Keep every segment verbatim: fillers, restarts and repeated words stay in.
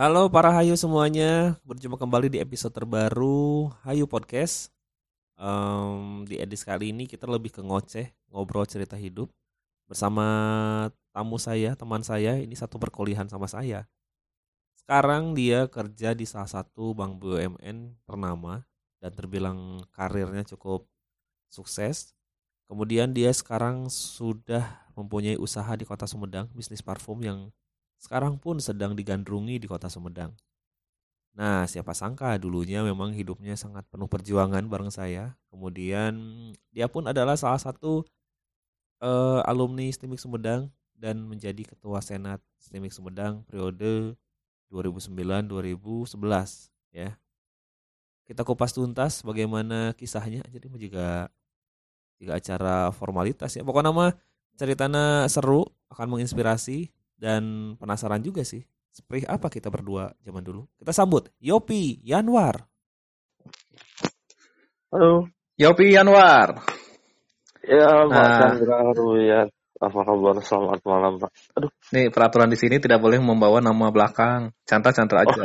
Halo para Hayu semuanya, berjumpa kembali di episode terbaru Hayu Podcast. Em, di edisi kali ini kita lebih ke ngoceh, ngobrol cerita hidup bersama tamu saya, teman saya, ini satu perkuliahan sama saya. Sekarang dia kerja di salah satu bank B U M N ternama dan terbilang karirnya cukup sukses. Kemudian dia sekarang sudah mempunyai usaha di Kota Sumedang, bisnis parfum yang sekarang pun sedang digandrungi di Kota Sumedang. Nah, siapa sangka dulunya memang hidupnya sangat penuh perjuangan bareng saya. Kemudian dia pun adalah salah satu eh, alumni STIMIK Sumedang dan menjadi ketua Senat STIMIK Sumedang periode dua ribu sembilan-dua ribu sebelas ya. Kita kupas tuntas bagaimana kisahnya. Jadi juga juga acara formalitas ya. Pokoknya mah ceritanya seru, akan menginspirasi dan penasaran juga sih. Seperti apa kita berdua zaman dulu. Kita sambut Yopi Yanwar. Halo, Yopi Yanwar. ya Pak Nah, Chandra Ruyat. Apa kabar? Selamat malam, Pak. Aduh, nih peraturan di sini tidak boleh membawa nama belakang. Chandra-Chandra aja.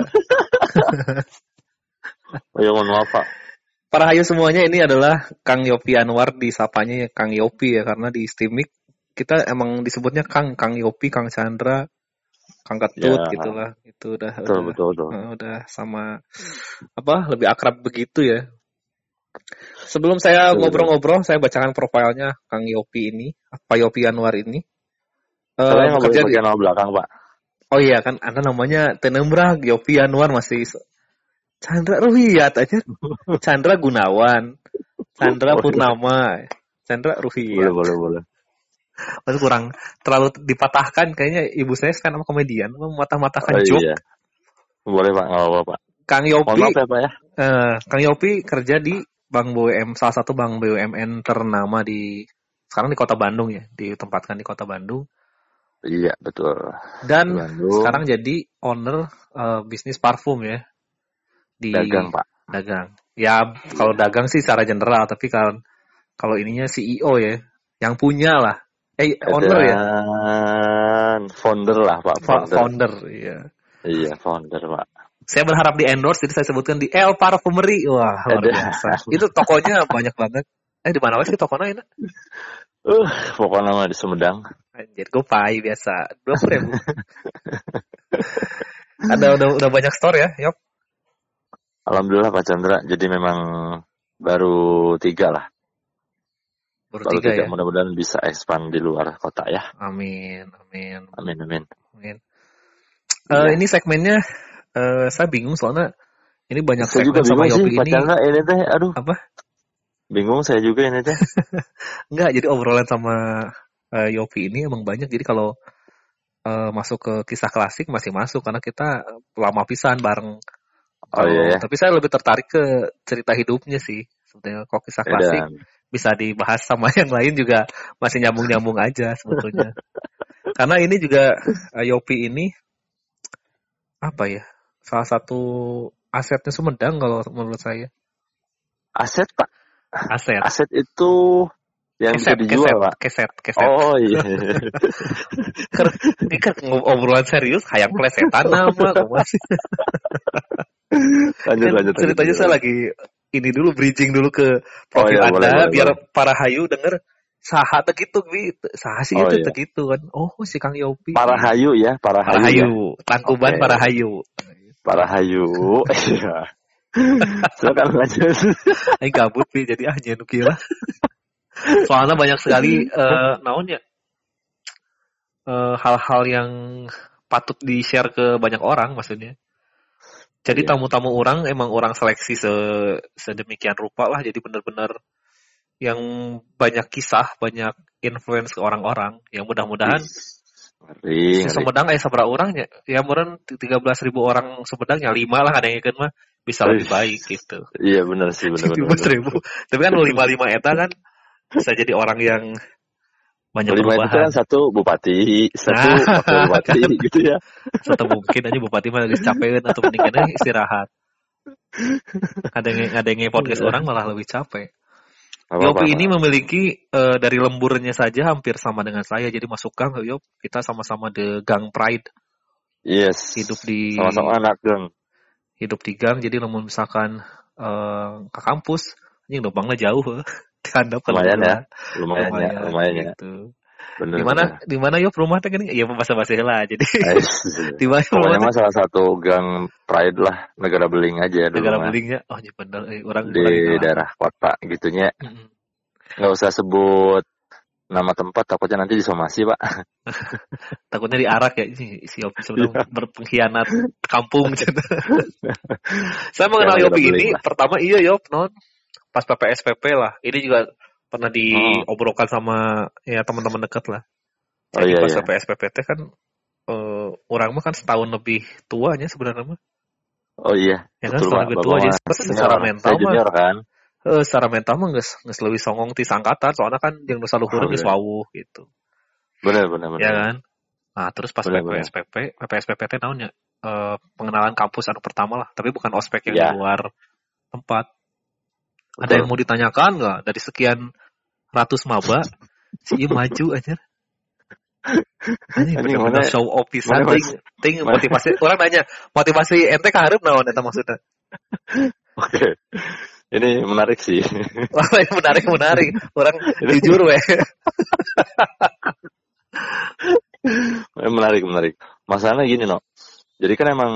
oh ya mohon maaf, Pak. Para hayu semuanya, ini adalah Kang Yopi Yanwar, disapanya ya Kang Yopi ya, karena di Stimik kita emang disebutnya Kang, Kang Yopi, Kang Chandra, Kang Ketut Ya, gitulah. Itu udah betul, udah betul, betul. eh, udah sama apa lebih akrab begitu ya. Sebelum saya Betul, betul. ngobrol-ngobrol, saya bacakan profilnya Kang Yopi ini, apa Yopi Yanwar ini. Eh, Kalian nggak boleh bekerja di pakai nama belakang, Pak. Oh iya kan, Anda namanya Tenembrah, Yopi Yanwar, masih Chandra Ruhiyat aja. Chandra Gunawan, Chandra Oh, iya. Purnama, Chandra Boleh, Ruhiyat. boleh, boleh. Masih kurang terlalu dipatahkan, kayaknya ibu saya kan sama komedian, mematah-matahkan Oh joke. iya, boleh, Pak. Nggak apa-apa, Pak. Kang Mohon Yopi, maaf ya, Pak ya. eh, Kang Yopi kerja di Bank B U M, salah satu bank B U M N ternama di sekarang di Kota Bandung ya, ditempatkan di Kota Bandung. Iya, betul. Dan Di Bandung, sekarang jadi owner eh, bisnis parfum ya di dagang, Pak. dagang. Ya kalau dagang sih secara general, tapi kalau kalau ininya C E O ya, yang punya lah. Eh owner ya, Dan founder lah, Pak. Fa- Founder. founder ya. Iya, founder, Pak. Saya berharap di endorse, jadi saya sebutkan di El Parfumery. Wah, luar Ada. biasa. Itu tokonya banyak banget. Eh di mana sih tokonya ini? Uh, pokoknya nama di Sumedang. Anjir, GoPay biasa. Dua puluh ribu. Ada udah udah banyak store ya, Yop. Alhamdulillah Pak Chandra. Jadi memang baru tiga lah. Baru Baru tiga tiga. ya. Mudah-mudahan bisa expand di luar kota ya. Amin, amin, Amin, amin. amin. Iya. Eh, ini segmennya eh, saya bingung soalnya ini banyak Saya segmen juga sama bingung sih Yopi Pak ini. Chandra ini teh. Aduh, Apa? bingung saya juga ini teh. Enggak, jadi obrolan sama eh, Yopi ini emang banyak. Jadi kalau eh, masuk ke kisah klasik masih masuk karena kita lama pisan bareng. Oh Kalau iya ya. tapi saya lebih tertarik ke cerita hidupnya sih. Sebetulnya kalau kisah klasik Dan bisa dibahas sama yang lain juga masih nyambung-nyambung aja sebetulnya. Karena ini juga eh, Yopi ini apa ya? Salah satu asetnya Sumedang kalau menurut saya. aset Pak. Aset. Aset itu yang bisa Keset, dijual keset, Pak. keset, keset. Oh iya. Ini kan obrolan serius, hayang plesetan nama, masih. lanjut, lanjut, lanjut. Ceritanya lanjut. saya lagi ini dulu bridging dulu ke Oh profil iya, Anda boleh, boleh, biar boleh. para hayu denger saha teh gitu, Bi. Saha sih Oh itu iya. teh gitu kan. Oh, si Kang Yopi. Para hayu ya, para Para hayu. ya. hayu, tangkuban Oke. para hayu. Para hayu. Iya. Silakan lanjut. Aing gabut Bi, jadi ah nyen kira. Soalnya banyak sekali eh naon ya? Eh, hal-hal yang patut di-share ke banyak orang maksudnya. Jadi Iya. tamu-tamu orang emang orang seleksi se- sedemikian rupa lah, jadi benar-benar yang banyak kisah, banyak influence ke orang-orang. Yang mudah-mudahan Ngeri, si ngeri. Sumedang eh seberapa orangnya? Ya meureun tiga belas ribu orang Sumedang ya lima lah ada yang ikut mah bisa lebih baik gitu. Iya benar sih, benar benar. tiga belas ribu. Tapi kan lima lima eta kan bisa jadi orang yang banyak Lima itu perubahan. kan satu bupati, satu Nah, wakil bupati kan. gitu ya. Atau mungkin aja bupati mah lagi capeun atau mendingan istirahat. Ada yang ada yang podcast orang malah lebih capek. Apa, Yopi apa, ini apa. memiliki eh, dari lemburnya saja hampir sama dengan saya. Jadi masuk gang, Yop, kita sama-sama The Gang Pride. Yes. Hidup di Sama-sama anak gang. hidup di gang, jadi lamun misalkan eh, ke kampus, anjing numpangnya jauh, dihandap ke Lumayan ya. lah. Lumayan ya, Lumayan lumayan ya. gitu. Bener Di mana bener. di mana yuk rumah teh gini? Iya bahasa-bahasa lah. Jadi Ais. di mana Pokoknya rumah mah salah satu gang pride lah, negara beling aja teh? dulu Negara mah. belingnya. Oh, iya bener. Eh, orang Di orang itu lah. daerah kota gitunya. Mm-mm. Nggak usah sebut nama tempat, takutnya nanti disomasi, Pak. Takutnya diarak ya si, si Yopi sebenarnya berpengkhianat kampung gitu. Saya Ya, mengenal negara Yopi beling ini lah. pertama iya Yop non pas P P S P P lah. Ini juga pernah Oh, diobrolkan sama ya teman-teman dekat lah. oh Jadi iya pas iya. P P S P P T kan eh, orang mah kan setahun lebih tuanya sebenarnya mah. Oh iya, Ya kan betul setahun Pak. lebih Bapak tua. Jadi mah sebenarnya senior, secara mental saya mah junior kan. eh, secara mental mah nggak nggak lebih songong ti sangkatan. Soalnya kan yang nusa luhur Oh, geus bener. wawuh gitu. Bener bener Ya bener. kan. Nah terus pas Bener P P S bener. P P P P S P P T naonnya eh, pengenalan kampus anu pertama lah. Tapi bukan ospek yang di Iya, luar tempat. Ada yang betul. mau ditanyakan nggak dari sekian ratus maba si ieu maju aja. Anjing Anjing bener-bener mana show off pisan mana ting mas ting mana. motivasi orang nanya motivasi ente ka hareup naon eta maksudnya. Oke. Ini menarik sih. Wah, menarik menarik. Orang Ini jujur weh. menarik menarik. Masalahnya gini no. Jadi kan emang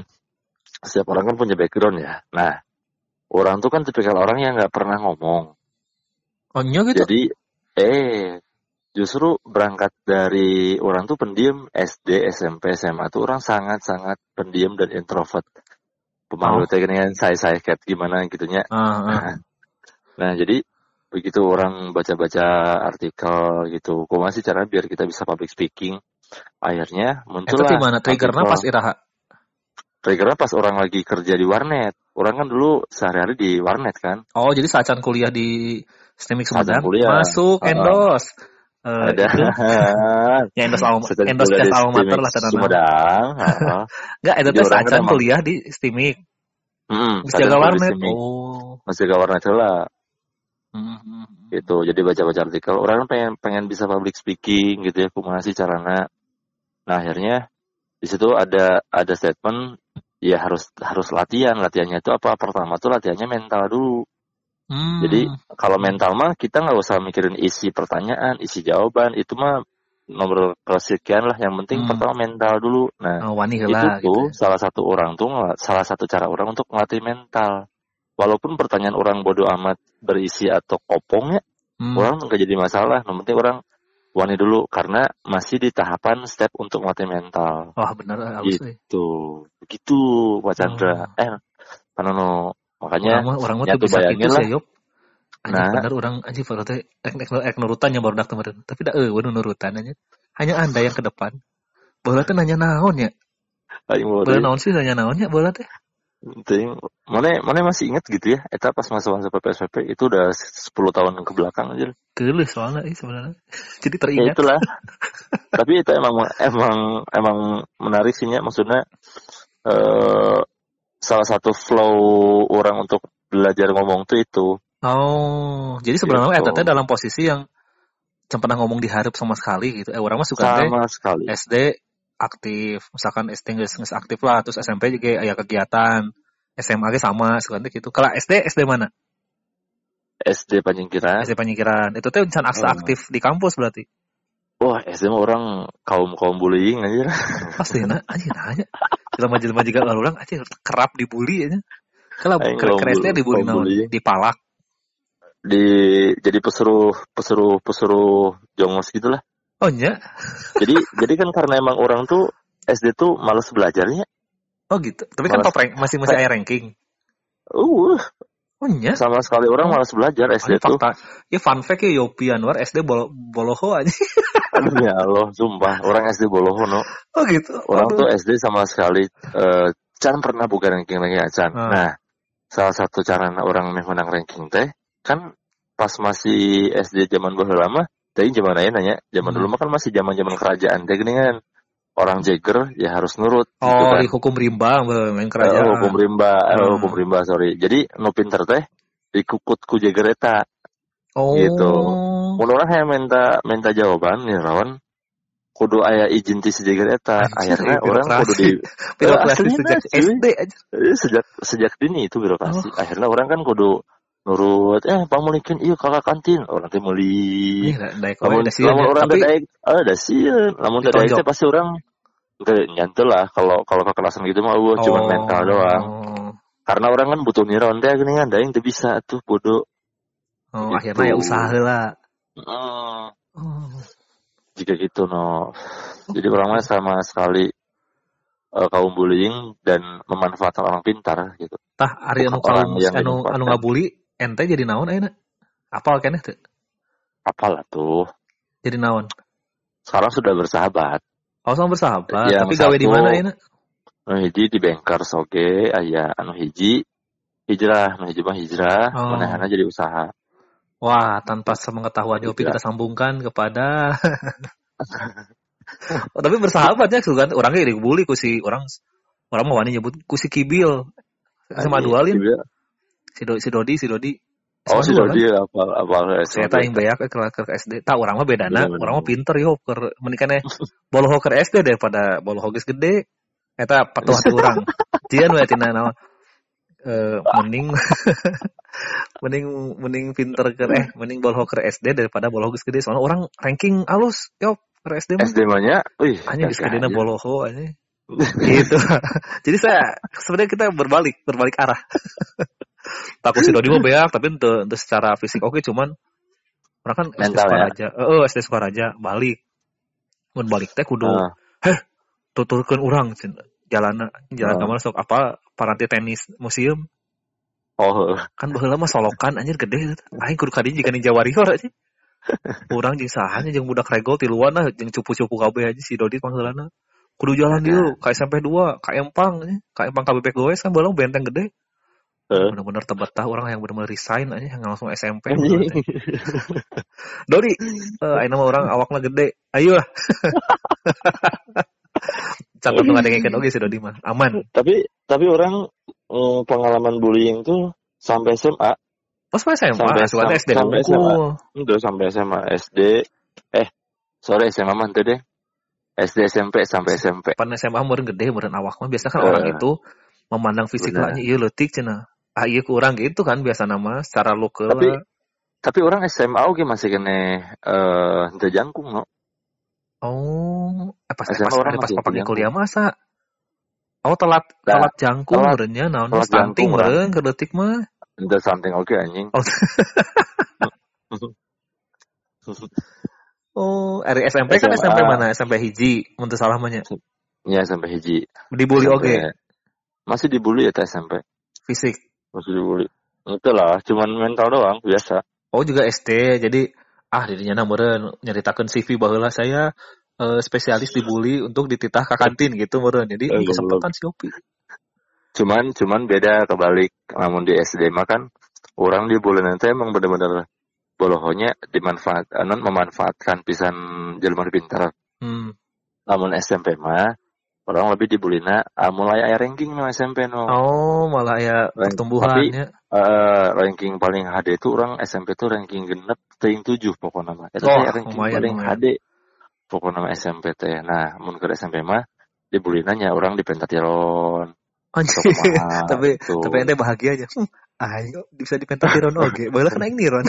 setiap orang kan punya background ya. Nah, orang tuh kan tipikal orang yang nggak pernah ngomong. Oh nya gitu. Jadi eh justru berangkat dari orang tuh pendiam S D, S M P, S M A tuh orang sangat-sangat pendiam dan introvert. Pemalu Oh. teh dengan saya-saya kayak gimana gitunya. Ah, ah. Nah, jadi begitu orang baca-baca artikel gitu, kok masih cara biar kita bisa public speaking. Akhirnya Eta muncullah di mana triggernya pas artikel. iraha? Triggernya pas orang lagi kerja di warnet. Orang kan dulu sehari-hari di warnet kan. Oh, jadi saacan kuliah di Stemik Saat Sumedang kuliah. masuk Heeh. endorse. Eh Ada itu ya endorse alma, saat endorse kuliah di jasa alma mater Stimik lah tenan. Sumedang. Heeh. Enggak, eta Jadi teh orang kan saacan emang kuliah di Stimik. hmm, Geus saat jaga kuliah di warnet. Stimik. Oh. Masih jaga warnet lah. Hmm, hmm, hmm. Gitu. Jadi baca-baca artikel. Orang kan pengen pengen bisa public speaking gitu ya, kumaha sih carana. Nah, akhirnya di situ ada ada statement ya harus harus latihan. Latihannya itu apa? Pertama tuh latihannya mental dulu. Jadi Hmm. kalau mental mah kita nggak usah mikirin isi pertanyaan, isi jawaban, itu mah nomor kesekian lah. Yang penting Hmm. pertama mental dulu. Nah, Oh, wani itu heula gitu. tuh salah satu orang tuh ngel- salah satu cara orang untuk melatih mental. Walaupun pertanyaan orang bodoh amat berisi atau kopong ya, Hmm. orang nggak jadi masalah. Yang penting orang wani dulu karena masih di tahapan step untuk melatih mental. Wah, bener halus euy. Gitu, begitu Pak Chandra. Oh. Eh, Panono. Makanya Orang mah orang mah ya tuh tuh bisa bayangin gitu lah. sih, Yop. Anjing Nah, bener orang anjing baru teh ek ek ek nurutan yang baru dak kemarin. Tapi da eueuh nu nurutan aja. Hanya Anda yang ke depan. Bola teh nanya naon ya? aing mau Bola teh, naon sih nanya naon ya bola teh? penting. Mana mana masih ingat gitu ya? Eta pas masa-masa P P S P P itu udah sepuluh tahun ke belakang aja. Geuleuh soalnya eh sebenarnya. Jadi Ya teringat. itulah. Tapi itu emang emang emang menarik sih ya. Maksudnya eh salah satu flow orang untuk belajar ngomong tuh itu Oh, jadi sebenarnya eta teh gitu. dalam posisi yang can pernah ngomong di hareup sama sekali gitu. Eh orang mah suka teh Sama sekali. S D aktif, misalkan S D geus geus aktif lah, terus S M P juga aya kegiatan. S M A ge sama, suka teh gitu. Kalau S D S D mana? S D Panjingkiran. S D Panyikiran. Itu teh can aksa Hmm. aktif di kampus berarti. Wah, S D mah orang kaum kaum bullying aja. Pasti na, anjing nanya. Jelema-jelema juga ulang anjing kerap dibully aja. Kalau Aing kaum kresnya bul- dibully kaum naon? bullying. Dipalak. Di jadi pesuruh pesuruh pesuruh jongos gitulah. Oh nya. Jadi jadi kan karena emang orang tuh S D tuh malas belajarnya, Oh gitu. Tapi kan malas. top rank, masih masih aya ranking. Uh, Oh nya. sama sekali orang Oh, malas belajar S D ini tuh. fakta. Ya fun fact ya Yopi Anwar S D bol boloho aja. Aduh ya Allah, sumpah orang S D boloho no. Oh gitu. Orang Aduh. tuh S D sama sekali eh Chan pernah buka ranking lagi ya Chan. Ah. Nah, salah satu cara orang meh menang ranking teh kan pas masih S D zaman baheula lama, teh zaman aya nanya, zaman Hmm. dulu mah kan masih zaman-zaman kerajaan teh geuningan. Orang Jagger ya harus nurut gitu Oh, kan. di hukum rimba main Eh, kerajaan. hukum rimba, eh, Hmm. hukum rimba sorry. Jadi nu pinter teh dikukut ku Jagger eta Oh. gitu. Mun urang hayang minta minta jawaban nih lawan kudu aya izin ti si jeger eta. Anjir, Akhirnya eh, orang kudu di birokrasi. Birokrasi aslinya sejak cuy. S D aja. Eh, sejak sejak dini itu birokrasi. Oh. Akhirnya orang kan kudu nurut, eh pamulikeun ieu kakak kantin, orang teh meuli. Nih, daek wae Lamun da sieun lamun ya, orang tapi daek, ah da sieun. Lamun teu daek ditonjok. teh pasti orang teu nyantel lah kalau kalau kekerasan gitu mah eueuh cuman mental doang. Oh. Karena orang kan butuh niron teh geuningan da teu bisa tuh bodoh. Oh, Gitu. akhirnya ya usaha heula. Hmm, Oh. jika gitu no. Jadi orang mah sama sekali uh, kaum bullying dan memanfaatkan orang pintar gitu. Tah ari anu Bukan orang kaum yang anu anu dimanfaatkan. ngabuli ente jadi naon ayeuna? Apal keneh teu? Apalah tuh. Jadi naon? Sekarang sudah bersahabat. Oh, sama bersahabat, Yang tapi gawe di satu, mana ayeuna? anu hiji di bengkel soge, aya anu hiji hijrah, anu hiji mah hijrah, Oh. manehana jadi usaha. Wah, tanpa sepengetahuan Yopi Hijrah. kita sambungkan kepada oh, tapi bersahabatnya kan orangnya dibully ku si orang orang mau wani nyebut ku si Kibil sama Anjing, dualin dia- si Do, si Dodi si Dodi Oh si dua, Dodi apa apa saya tah yang beak ke ke ke S D. Tah urang mah bedana, Bener-bener. urang mah pinter yo keur menikane boloho keur S D daripada boloho geus gede. Eta patuh hati urang. Cieun we tina naon. Eh mending mending mending pinter keur eh mending boloho keur S D daripada boloho geus gede. Soalnya orang ranking alus yo keur S D mah. S D mah-nya, wih, Hanya geus gagah gedena aja. boloho aja. Gitu. Jadi saya sebenarnya kita berbalik, berbalik arah. Takut si Dodi mah beak, tapi untuk, untuk secara fisik oke, cuman orang kan S D Mental ya. Sukaraja, eh S D Sukaraja balik, mun balik teh kudu, Ah. heh, tuturkeun urang, jalan jalan Ah. kamar sok apa paranti tenis museum, Oh, kan baheula mah solokan anjir gede, aing kudu kadi jika Ninja Warrior aja. Urang jeung sahanya jeung budak regol tiluan lah, jeung cupu-cupu kabeh aja si Dodi pangheulana. Kudu jalan dieu ka S M P dua, ka Empang, ka Empang K B P Goes kan balang benteng gede. Eh. Bener-bener tebetah orang yang bener-bener resign aja yang langsung S M P. Anjing. Dodi, eh ayeuna mah orang awakna gede. Ayo lah. Catat nu ngadengekeun oge si Dodi mah. Aman. tapi tapi orang eh, pengalaman bullying tuh sampai S M A, Pas pas S M A, Sampai- soalnya S D sampai S M A. unggul. udah sampai S M A, S D, eh sorry S M A mah teh deh, S D S M P sampai S M P. Pan S M A meureun gede, meureun awak mah biasa kan Eh. orang itu memandang fisik Bener. lahnya ieu leutik cenah. Ah ieu kurang gitu kan biasa nama secara look heula. Tapi tapi orang S M A oge masih kene eh henteu jangkung no. Oh, eh pas S M A pas orang pas masih papanya jangkung. kuliah masa. Oh telat Nah, telat jangkung telat- meureunnya naon telat stunting jangkung, meureun keur leutik mah. Henteu something oge anjing. Oh. Oh, dari S M P kan S M A. S M P mana? S M P hiji, mun teu salah mah nya. Ya sampai hiji. Dibully Sampai- oge Masih dibully ya teh S M P. fisik. Masih dibully. Itu lah, cuman mental doang biasa. Oh juga S D, jadi ah dirinya na meureun nyaritakeun C V baheula saya eh, spesialis dibully untuk dititah ke kantin gitu meureun. Jadi Eh, ini kesempatan si Opi. Cuman cuman beda kebalik. Namun di S D mah kan orang dibully nanti emang bener-bener bolohonya dimanfaat, anon memanfaatkan pisan jelema pintar. Hmm. Namun S M P mah orang lebih dibulina ah, mulai aya ranking no S M P no. Oh, malah ya Rank- pertumbuhannya. Eh, ranking paling H D itu orang S M P tuh ranking genep teuing tujuh pokoknya mah. Eta Oh, teh ranking lumayan, paling lumayan. H D. Pokoknya mah S M P teh. Nah, mun ke S M P mah dibulina nya orang di pentatiron. Anjir. kumaha, tapi gitu. tapi ente bahagia aja. Hmm, ayo bisa dipentatiron oge. Baheula kan aing niron.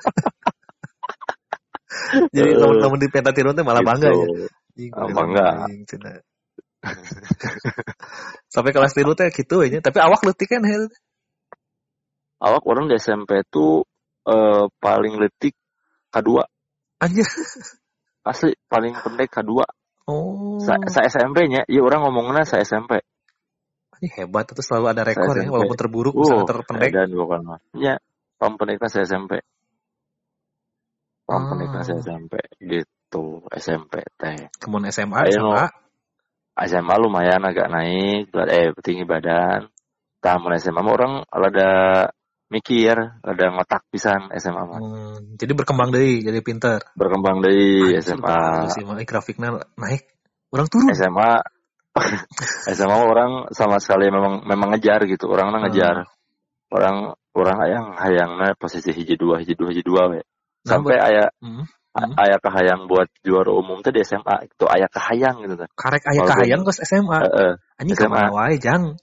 Jadi Eh, lamun lamun dipentatiron teh malah bangga ya. Gitu. Anjing, Ah, bener bangga. anjing, cenah. Sampai kelas tilu teh gitu aja. Tapi awak leutik kan he. Awak orang di S M P tuh eh, paling letik K dua. Anjir. Asli paling pendek K dua. Oh. Sa, sa S M P-nya, iya orang ngomongnya sa S M P. Ini hebat itu selalu ada rekor Saya ya S M P. walaupun terburuk Uh, misalnya terpendek. dan bukan mah. Ya, paling pendeknya saya S M P. Paling Ah. pendeknya saya S M P gitu, S M P teh. Kemudian S M A, Ayo, S M A. S M A lumayan agak naik, berat- eh tinggi badan. Tamun S M A mah orang ada mikir, ada ngotak pisan S M A mah. Hmm, jadi berkembang deui, jadi pinter. Berkembang dari S M A. Bagus sih, mah. Eh, grafiknya naik. Orang turun. S M A S M A mah orang sama sekali memang memang ngejar gitu, orang Ah. ngejar. Orang orang hayang hayangna posisi hiji dua hiji dua hiji dua we. Nah, Sampai aya Hmm. Hmm. aya kahayang buat juara umum teh di S M A itu aya kahayang gitu teh. Karek aya Walaupun kahayang geus S M A. heeh, Anjing S M A. kamana wae jang.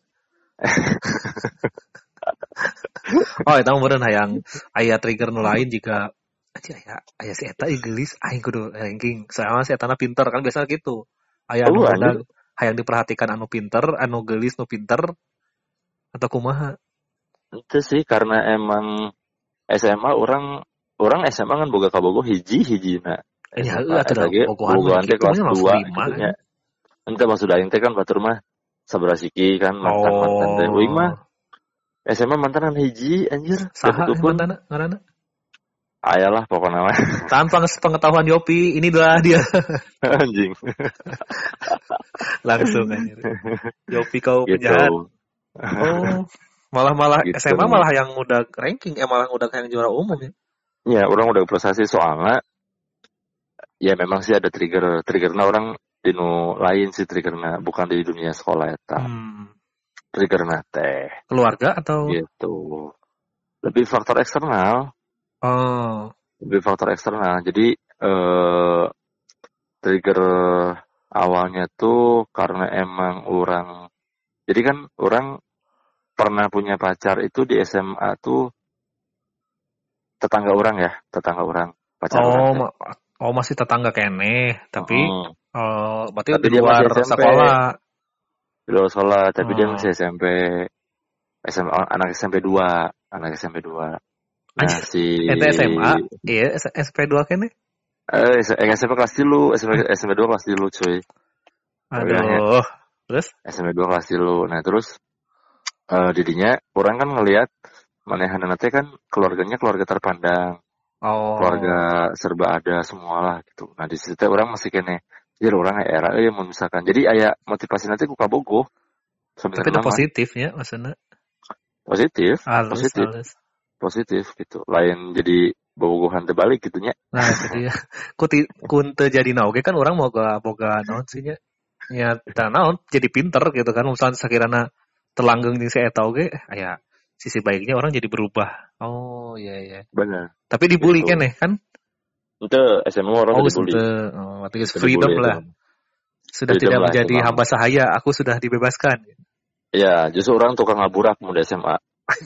Oh, eta mah meureun hayang aya trigger nu lain jika anjing aya aya si eta gelis aing kudu ranking. Soalnya si etana pinter kan biasa gitu. Aya anu Oh anjir, budak hayang diperhatikan anu pinter, anu gelis nu pinter atau kumaha. itu sih karena emang S M A orang orang S M A kan boga kabogo hiji hijina Ini S M heueuh A atuh da eta ge bogohan mah bogohan teh kitu kelas mah langsung dua lima. gitu nya. Ente maksud aing teh kan batur mah sabarasiki kan mantan-mantan teh. Uing mah Oh. S M A mantanan hiji anjir. Saha Dapetupun mantana ngaranna? ayalah pokoknya mah Tanpa pengetahuan Yopi, inilah dia. anjing Langsung anjir. Yopi kau penjahat. gitu. Oh, malah malah S M A Gitu. malah yang udah ranking, eh malah udah yang juara umum ya. Ya, orang udah prestasi soalnya ya memang sih ada trigger triggerna orang di nu lain sih triggerna bukan di dunia sekolah eta. Hmm. Triggerna teh Keluarga atau? gitu. Lebih faktor eksternal, Oh, lebih faktor eksternal. Jadi eh trigger awalnya tuh karena emang orang jadi kan orang pernah punya pacar itu di S M A tuh tetangga orang ya, tetangga orang, pacar orang oh, teh. ma- oh masih tetangga kene, tapi Heeh. oh, berarti Tapi di dia masih luar S M P, sekolah. di luar sekolah, tapi dia Oh. masih S M P, S M A, anak S M P dua, anak S M P dua. Nah, Anjir, si ente S M A, iya S- SP dua kene. eh S- eh, S M P kelas tilu, S M P S M P dua kelas tilu cuy. Bilangnya Aduh, terus? S M P dua kelas tilu. Nah, terus eh didinya orang kan ngelihat manehanana teh kan keluarganya keluarga terpandang, Oh, keluarga serba ada semua lah gitu. Nah, di situ teh orang masih kene, jadi orang era euy mun misalkan. Jadi aya motivasi nanti ku kabogoh tapi sebenarnya udah mah positifnya maksudnya. positif, Halus, positif, halus. positif gitu. Lain jadi bobogohan terbalik gitu nya. Nah, itu dia. Kuti kunte jadi naoge kan orang mau ga boga naon sih nya. Ya, tah naon jadi pinter gitu kan. Misalnya sakirana telanggeng jeung si eta oge, aya sisi baiknya orang jadi berubah. Oh, iya iya. Benar. Tapi dibully Gitu. keneh kan? Itu S M A orang Oh, udah dibully. sudah. Oh, berarti Udah freedom dibully lah. itu. Sudah Freedom tidak lah, menjadi emang. hamba sahaya, aku sudah dibebaskan. Ya, justru orang tukang ngaburak muda S M A.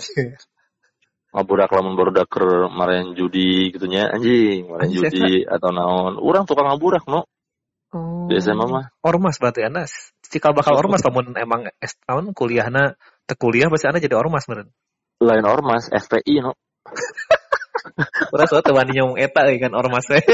Ngaburak lamun baru daker marahin judi gitunya anjing, marahin Anjing, judi atau naon. Orang tukang ngaburak no Oh. di S M A mah. Ormas berarti Anda cikal bakal ormas namun emang es tahun kuliahna teu kuliah pasti Anda jadi ormas meureun. Lain ormas, F P I no. Urang soal teu wani ngomong eta euy kan ormas teh.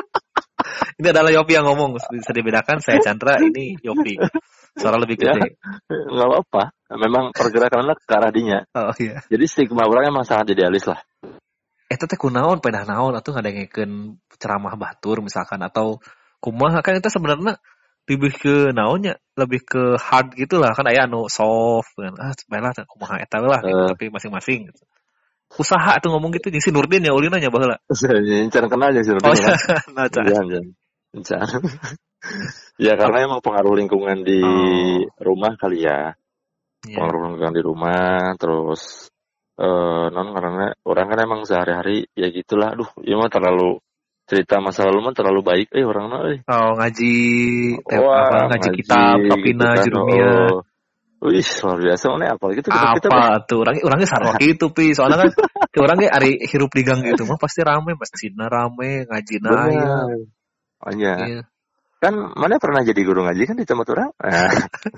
Ini adalah Yopi yang ngomong, bisa dibedakan saya Chandra, ini Yopi. Suara lebih Ya, gede. nggak apa-apa. Memang pergerakannya ke arah dinya. Oh iya. Jadi stigma orang emang sangat idealis lah. Eta teh kunaon pedah naon atuh ngadengekeun ceramah batur misalkan atau kumaha kan itu sebenarnya lebih ke naonnya, lebih ke hard gitu lah kan aya anu soft kan. Ah, baiklah kumaha eta lah gitu, Uh. tapi masing-masing gitu. Usaha tuh ngomong gitu jeung si Nurdin ya ulina nya baheula. Jangan kenal aja sih. Oh, nah, Jangan, jangan. Ya karena emang pengaruh lingkungan di Oh. rumah kali ya. Iya. Pengaruh lingkungan di rumah, terus eh non karena orang kan emang sehari-hari ya gitulah. Aduh, ya mah terlalu cerita masa lalu mah terlalu baik eh orangna euy. Oh, ngaji teh Wah, apa ngaji kitab, kapina, gitu kan. jurumia. Oh. Wih, luar biasa mana apa gitu kita kita mah. Apa tuh orangnya orangnya sarwa gitu pi soalnya kan ke orangnya ari hirup di gang gitu mah pasti rame masjidna rame ngajina aya. Benar. Oh iya. Iya. Kan mana pernah jadi guru ngaji kan di tempat orang? Nah,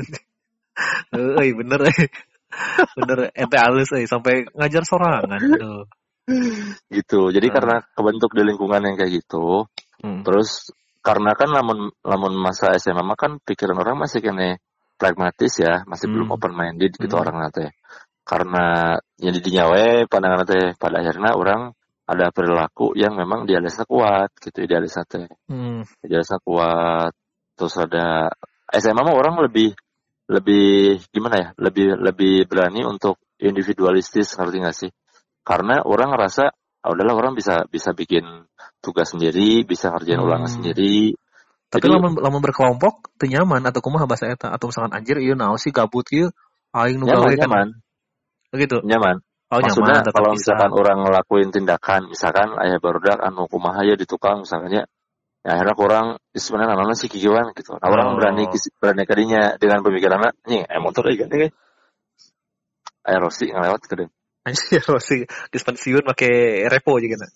Euy bener euy. Bener ente alus euy sampai ngajar sorangan tuh. gitu. Jadi Ah. karena kebentuk di lingkungan yang kayak gitu, Hmm. terus karena kan lamun lamun masa S M A mah kan pikiran orang masih kene pragmatis ya, masih belum Hmm. open minded gitu Hmm. orang nate. Karena yang di dinyawe pandangan nate pada akhirnya orang ada perilaku yang memang idealisnya kuat gitu, idealisnya teh. Hmm. Idealisnya kuat. Terus ada S M A mah orang lebih lebih gimana ya? Lebih lebih berani untuk individualistis, ngerti gak sih? Karena orang ngerasa ah, udahlah orang bisa bisa bikin tugas sendiri, bisa ngerjain Hmm. ulangan sendiri. Tapi Jadi lamun lamun berkelompok teu nyaman atau kumaha bahasa eta atau misalkan anjir ieu naon sih gabut ieu aing nu nyaman, gawe kan nyaman, begitu. nyaman. Oh, Maksudnya nyaman tetap kalau bisa. misalkan orang ngelakuin tindakan, misalkan ayah barudak anu kumaha ya di tukang misalnya, ya akhirnya kurang sebenarnya namanya sih kikiwan gitu. Nah orang berani Oh, kis- berani kadinya dengan pemikirannya, nih eh motor aja ganti ayah Rossi ngelewat ke deun. anjir masih geus pensiun make repo aja gitu.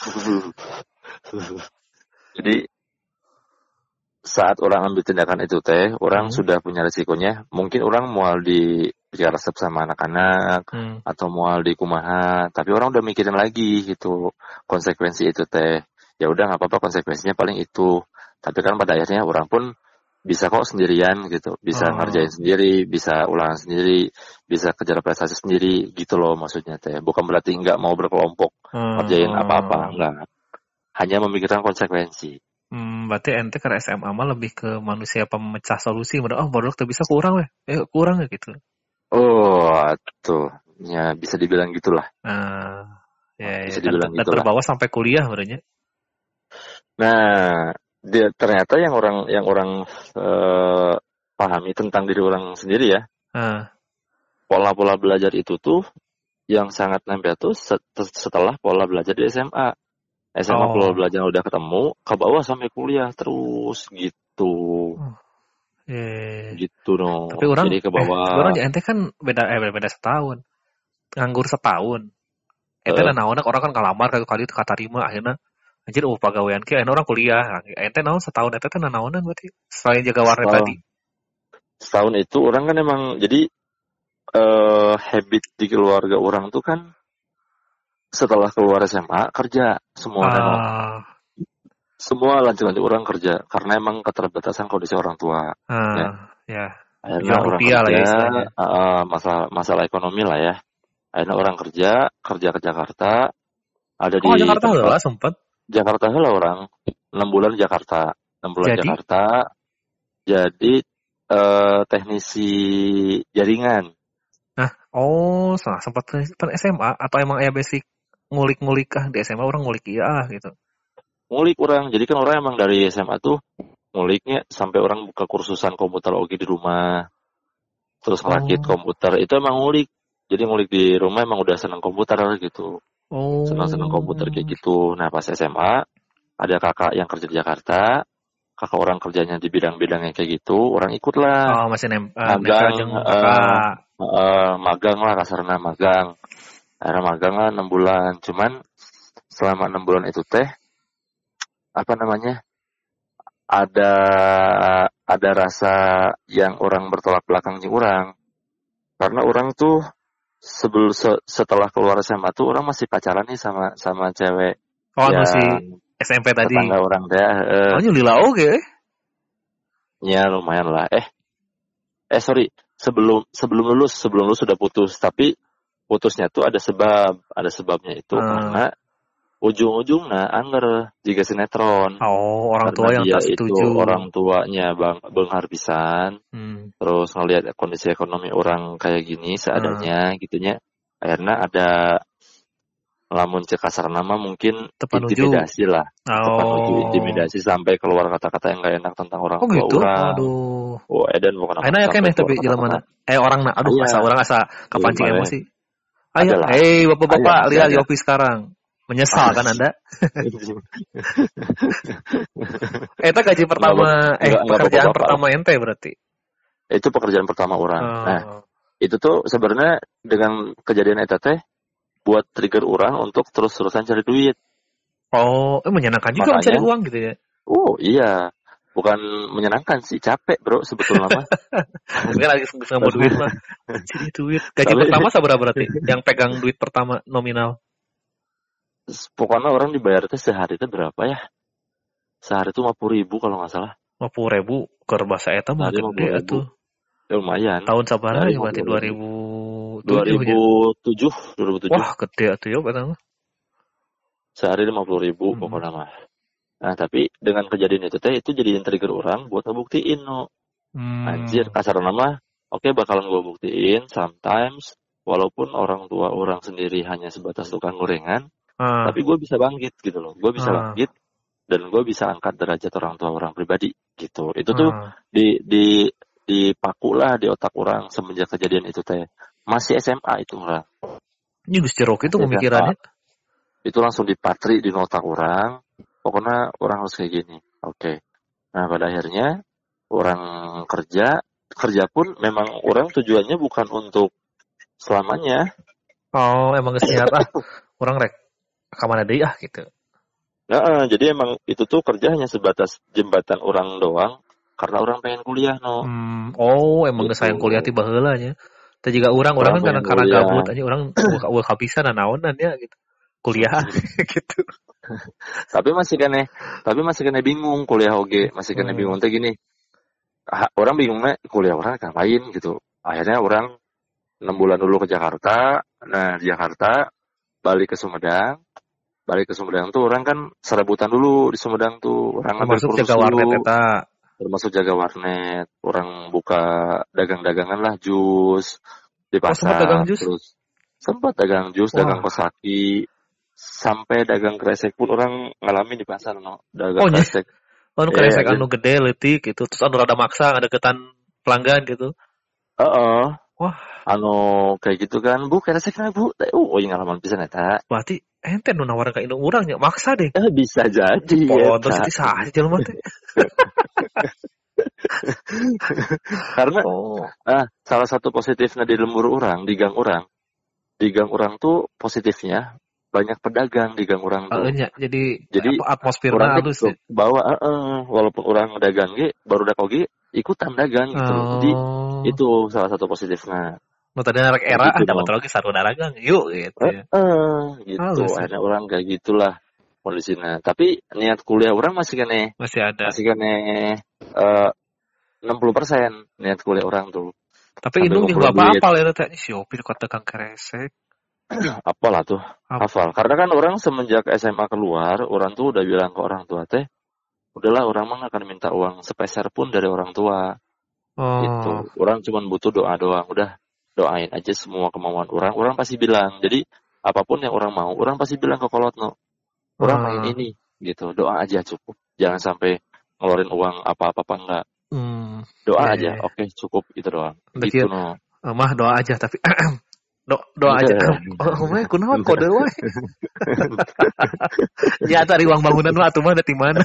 Jadi saat orang ambil tindakan itu teh, orang Hmm. sudah punya resikonya. Mungkin orang mual di resep sama anak-anak Hmm. atau mual di kumaha, tapi orang udah mikirin lagi gitu konsekuensi itu teh. Ya udah nggak apa-apa konsekuensinya paling itu. Tapi kan pada akhirnya orang pun bisa kok sendirian gitu, bisa Oh. ngerjain sendiri, bisa ulangan sendiri, bisa kejar prestasi sendiri gitu loh maksudnya teh. Bukan berarti nggak mau berkelompok ngerjain Hmm. apa-apa, enggak. Hanya memikirkan konsekuensi. Hmm, berarti ente ke S M A mah lebih ke manusia pemecah solusi. Udah, oh baru tuh bisa kurang weh. Eh kurang ya gitu. Oh, tuh. Ya, bisa dibilang gitulah. Nah, ya, Bisa ya. Dan, dibilang dan gitulah. terbawa sampai kuliah sebenarnya. Nah, dia, ternyata yang orang yang orang eh, pahami tentang diri orang sendiri ya, Nah, pola-pola belajar itu tuh yang sangat nempel tuh set- setelah pola belajar di S M A. S M A pola oh, belajar udah ketemu, ke bawah sampai kuliah terus gitu. ya. Gitu dong. Tapi orang, Jadi ke eh, tapi orang bawah. aja ente kan beda, eh beda, beda setahun. Nganggur setahun. Ente eh, naon orang kan kalamar kali kali itu kata terima akhirnya anjir oh pagawean ki akhirnya orang kuliah. Ente naon setahun ente teh naonan berarti selain jaga warna setahun, tadi. setahun itu orang kan emang jadi eh habit di keluarga orang tuh kan setelah keluar S M A kerja semua neno. Ah, Semua lanjut-lanjut orang kerja karena emang keterbatasan kondisi orang tua. Ya. ah, ya. Akhirnya Jual orang rupiah lah kerja, ya istilahnya. uh, masalah masalah ekonomi lah ya. Akhirnya orang kerja, kerja ke Jakarta, ada Oh, di Jakarta tempat lah sempet. Jakarta lah orang enam bulan di Jakarta, enam bulan Jadi, Jakarta. Jadi eh, teknisi jaringan. nah, oh, nah, sempat sempat S M A atau emang ya basic ngulik-ngulik kah di S M A orang ngulik iya ah, gitu. Ngulik orang, jadi kan orang emang dari S M A tuh nguliknya sampai orang buka kursusan komputer oke di rumah, terus ngerakit Oh, komputer itu emang ngulik. Jadi ngulik di rumah emang udah seneng komputer gitu, seneng-seneng komputer kayak oh, gitu. Nah pas S M A ada kakak yang kerja di Jakarta, kakak orang kerjanya di bidang-bidang yang kayak gitu, orang ikutlah oh masih nem, uh, nempel magang, jeung eh, kakak. eh, magang lah kasarnya magang. Akhirnya magang lah enam bulan, cuman selama enam bulan itu teh apa namanya ada ada rasa yang orang bertolak belakang di orang karena orang tuh sebelum se- setelah keluar S M A tuh orang masih pacaran nih sama sama cewek Oh, anu si yang S M P tadi. tetangga orang teh eh, Oh, nyulila oge. Eh. ya lumayan lah eh eh sorry sebelum sebelum lulus sebelum lulus sudah putus tapi putusnya tuh ada sebab ada sebabnya itu Uh, karena ujung-ujungnya anger jika sinetron oh, orang karena tua yang dia tak itu setuju. orang tuanya bang benghar pisan Hmm. terus ngelihat kondisi ekonomi orang kayak gini Uh, seadanya gitunya akhirnya ada lamun cek kasar nama mungkin tepan nuju. intimidasi lah tepat menuju Oh. intimidasi sampai keluar kata-kata yang gak enak tentang orang Oh tua gitu. orang Aduh. oh edan bukan apa Aina yakin sampai nih tapi keluar jalan mana? kata-kata Eh orang na, aduh iya asa orang asa kepancing lumayan emosi. Ayo, adalah hei bapak-bapak ayah lihat ada Yopi sekarang. Menyesal kan Anda? Eta gaji enggak pertama, eh enggak enggak pekerjaan bapak-bapak pertama ente berarti. itu pekerjaan pertama orang nah Oh. itu tuh sebenarnya dengan kejadian eta teh buat trigger orang untuk terus-terusan cari duit. Oh, eh menyenangkan juga mencari Makanya, uang gitu ya. oh iya, bukan menyenangkan sih, capek bro sebetulnya mah. Mungkin lagi nggak mau duit mah. Jadi duit. Gaji Tapi pertama seberapa berarti? Yang pegang duit pertama nominal. pokoknya orang dibayar teh sehari teh berapa ya? Sehari tuh lima puluh ribu kalau nggak salah. lima puluh ribu ke bahasa eta mah Sehari lima gede puluh ribu, atuh. ya, lumayan. Tahun sabaraha Sehari ya lima berarti puluh dua ribu. ribu Dua tujuh ribu ya. tujuh, dua ribu tujuh. Wah, gede atuh ya eta mah. Sehari lima puluh ribu Hmm. pokoknya mah. Nah tapi dengan kejadian itu teh itu jadiin trigger orang buat ngebuktiin no. Anjir Hmm. kasar nama, oke bakalan gue buktiin sometimes walaupun orang tua orang sendiri hanya sebatas tukang gorengan, Ah, tapi gue bisa bangkit gitu loh, gue bisa ah, bangkit dan gue bisa angkat derajat orang tua orang pribadi gitu. Itu tuh ah. di di dipaku lah di otak orang semenjak kejadian itu teh masih S M A itu orang. Ini Gus Jeruk itu Akhirnya, pemikirannya. ah, itu langsung dipatri di otak orang. Pokoknya orang harus kayak gini. Oke. Nah pada akhirnya orang kerja, kerja pun memang orang tujuannya bukan untuk selamanya. Oh, emang geus niat ah. Orang rek ka mana deui ah gitu. Nah, eh, jadi emang itu tuh kerja hanya sebatas jembatan orang doang karena orang pengen kuliah no. Hmm, oh, emang geus Gitu. sayang kuliah ti baheula nya. Teh juga orang, orang Orang kan karena pengen karena kuliah. gabut aja orang ulah ulah kapisan naonan ya gitu. Kuliah gitu. Tapi masih kene, tapi masih kene bingung kuliah oge, masih kene Hmm. bingung teh gini. Ah, orang bingungnya kuliah orang ngapain gitu. Akhirnya orang enam bulan dulu ke Jakarta. Nah, di Jakarta balik ke Sumedang. Balik ke Sumedang tuh orang kan serabutan dulu di Sumedang tuh. Orang ngambil Termasuk kursus jaga warnet dulu. eta. Termasuk jaga warnet. Orang buka dagang-dagangan lah, jus di Oh, sempat dagang pasar. jus? Terus sempat dagang jus, Wah. dagang kos kaki. Sampai dagang kresek pun orang ngalamin di pasar no. Dagang Oh, nya. kresek. Anu Eh, kresek aja. anu gede leutik gitu. Terus anu rada maksa ngadeketan pelanggan gitu. Heeh. Wah, Anu kayak gitu kan, Bu, kresek na Bu. Teh, oh, yang ngalaman pisan eta. berarti ente nu nawarin ka indung urang nya maksa deh. Eh, bisa jadi Podos eta. itu sah jelema teh. Karena Oh. ah, salah satu positifnya di lembur orang, di gang orang. Di gang orang tuh positifnya banyak pedagang di gang orang tuh. Heeh nya. Jadi, Jadi apa atmosferna orang ge halus ya. bawa heeh, walaupun orang dagang ge baru dak oge ikutan dagang gitu loh. Jadi Oh. itu salah satu positifnya. Nu tadinya rek era ah Gitu dapat no. lagi sarua dagang yuk gitu ya. Heeh, gitu. Halus ya. Akhirnya orang kayak gitulah kondisinya. Tapi niat kuliah orang masih kene Masih ada. masih kene eh enam puluh persen niat kuliah orang tuh. Tapi Sambil indung jeung ngumpulin bapak duit. apal ya teh si Opi kota dagang kresek. Apalah tuh, Apa? hafal. Karena kan orang semenjak S M A keluar, orang tuh udah bilang ke orang tua teh, udahlah orang mah nggak akan minta uang sepeser pun dari orang tua. Gitu. Oh. Orang cuma butuh doa doang. Udah doain aja semua kemauan orang. Orang pasti bilang. Jadi apapun yang orang mau, orang pasti bilang ke kolotno. Orang main Ah. ini, gitu. Doa aja cukup. Jangan sampai ngeluarin uang apa-apa apa enggak. Hmm. Doa Ya, aja, ya, ya. oke cukup itu doang. Udah Gitu kieu. no. Eh, mah doa aja tapi do doa aja. Oh, mah kunaon kode wae. Ya tadi uang bangunan mah atuh mah da di mana?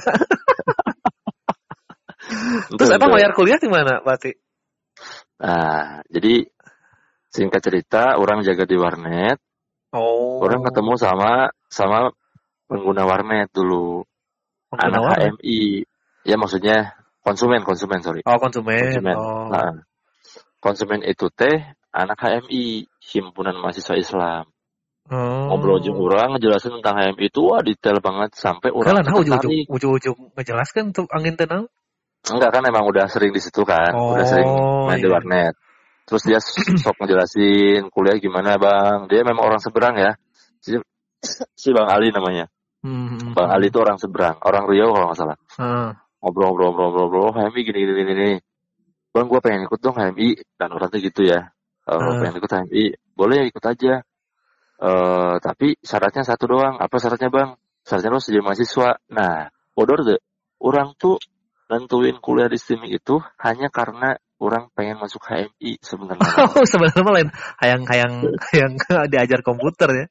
Terus Betul, emang betul. bayar kuliah di mana, berarti? Nah, jadi singkat cerita, orang jaga di warnet. Oh. Orang ketemu sama sama pengguna warnet dulu. Pengguna Anak warnet? H M I. Ya maksudnya konsumen, konsumen sorry. Oh, konsumen. Konsumen. Oh. Nah, konsumen itu teh anak H M I, himpunan mahasiswa Islam. Oh. Ngobrol jeung urang ngejelasin tentang H M I itu wah detail banget sampai Kalau urang nah ujung-ujung tertarik. ujung-ujung ngejelaskan tuh angin tenang. Enggak kan emang udah sering di situ kan, Oh, udah sering main di iya. warnet. Terus dia sok ngejelasin kuliah gimana bang. Dia memang orang seberang ya. Si, si Bang Ali namanya. Hmm. Bang Ali itu orang seberang, orang Riau kalau nggak salah. Ah. Ngobrol-ngobrol-ngobrol-ngobrol, H M I gini gini gini. Bang, gue pengen ikut dong H M I. Dan orang tuh gitu ya. Kalau Ah. pengen ikut H M I, boleh ikut aja. Eh, tapi syaratnya satu doang. Apa syaratnya bang? Syaratnya lo jadi mahasiswa. Nah, bodor deh. Orang tuh nentuin kuliah di streaming itu hanya karena orang pengen masuk H M I sebenarnya. Oh, sebenarnya mah lain hayang-hayang hayang diajar komputer ya.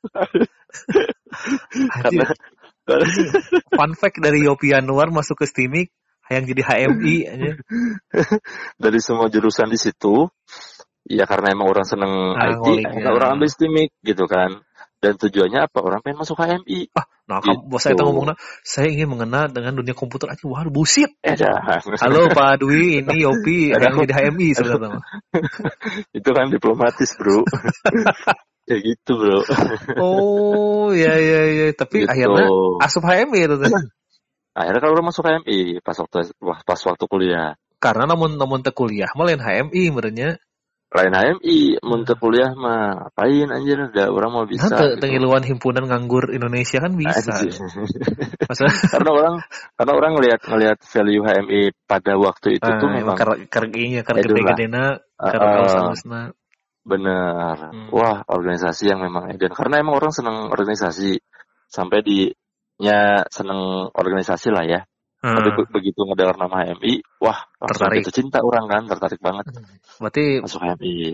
Karena Anjir. Fun fact dari Yopi Anwar masuk ke Stimik hayang jadi H M I aja. dari semua jurusan di situ, ya karena emang orang seneng Ah, I T, ngulik, akhirnya ya. orang ambil streaming gitu kan. Dan tujuannya apa? Orang pengen masuk H M I. Ah, nah Gitu. kamu bos saya tuh ngomongnya, saya ingin mengenal dengan dunia komputer aja. Wah, bullshit. Eh dah. Halo Pak Dwi, ini Yopi Ada- yang jadi H M I sebenarnya. Itu kan diplomatis bro. Kayak gitu bro. Oh, ya ya ya, tapi Gitu. akhirnya asup H M I itu teh. Akhirnya kalau orang masuk H M I pas waktu pas waktu kuliah. Karena namun namun teh kuliah mah lain H M I merenya. Lain H M I, muntah kuliah mah apain anjir, udah orang mau bisa. Nah, te- gitu. tengiluan himpunan nganggur Indonesia kan bisa. Anjir. Maksudnya karena orang karena orang ngelihat ngelihat value H M I pada waktu itu tuh ah, memang kerginya kan Edun lah. gede-gedena Uh, karena uh, kaus-kausna. bener. Hmm. Wah, organisasi yang memang edan. Karena emang orang seneng organisasi. Sampai di nya seneng organisasi lah ya. Tapi Hmm. be- begitu ngedengar nama H M I, wah langsung Tertarik. jatuh cinta orang kan, tertarik banget Berarti masuk H M I.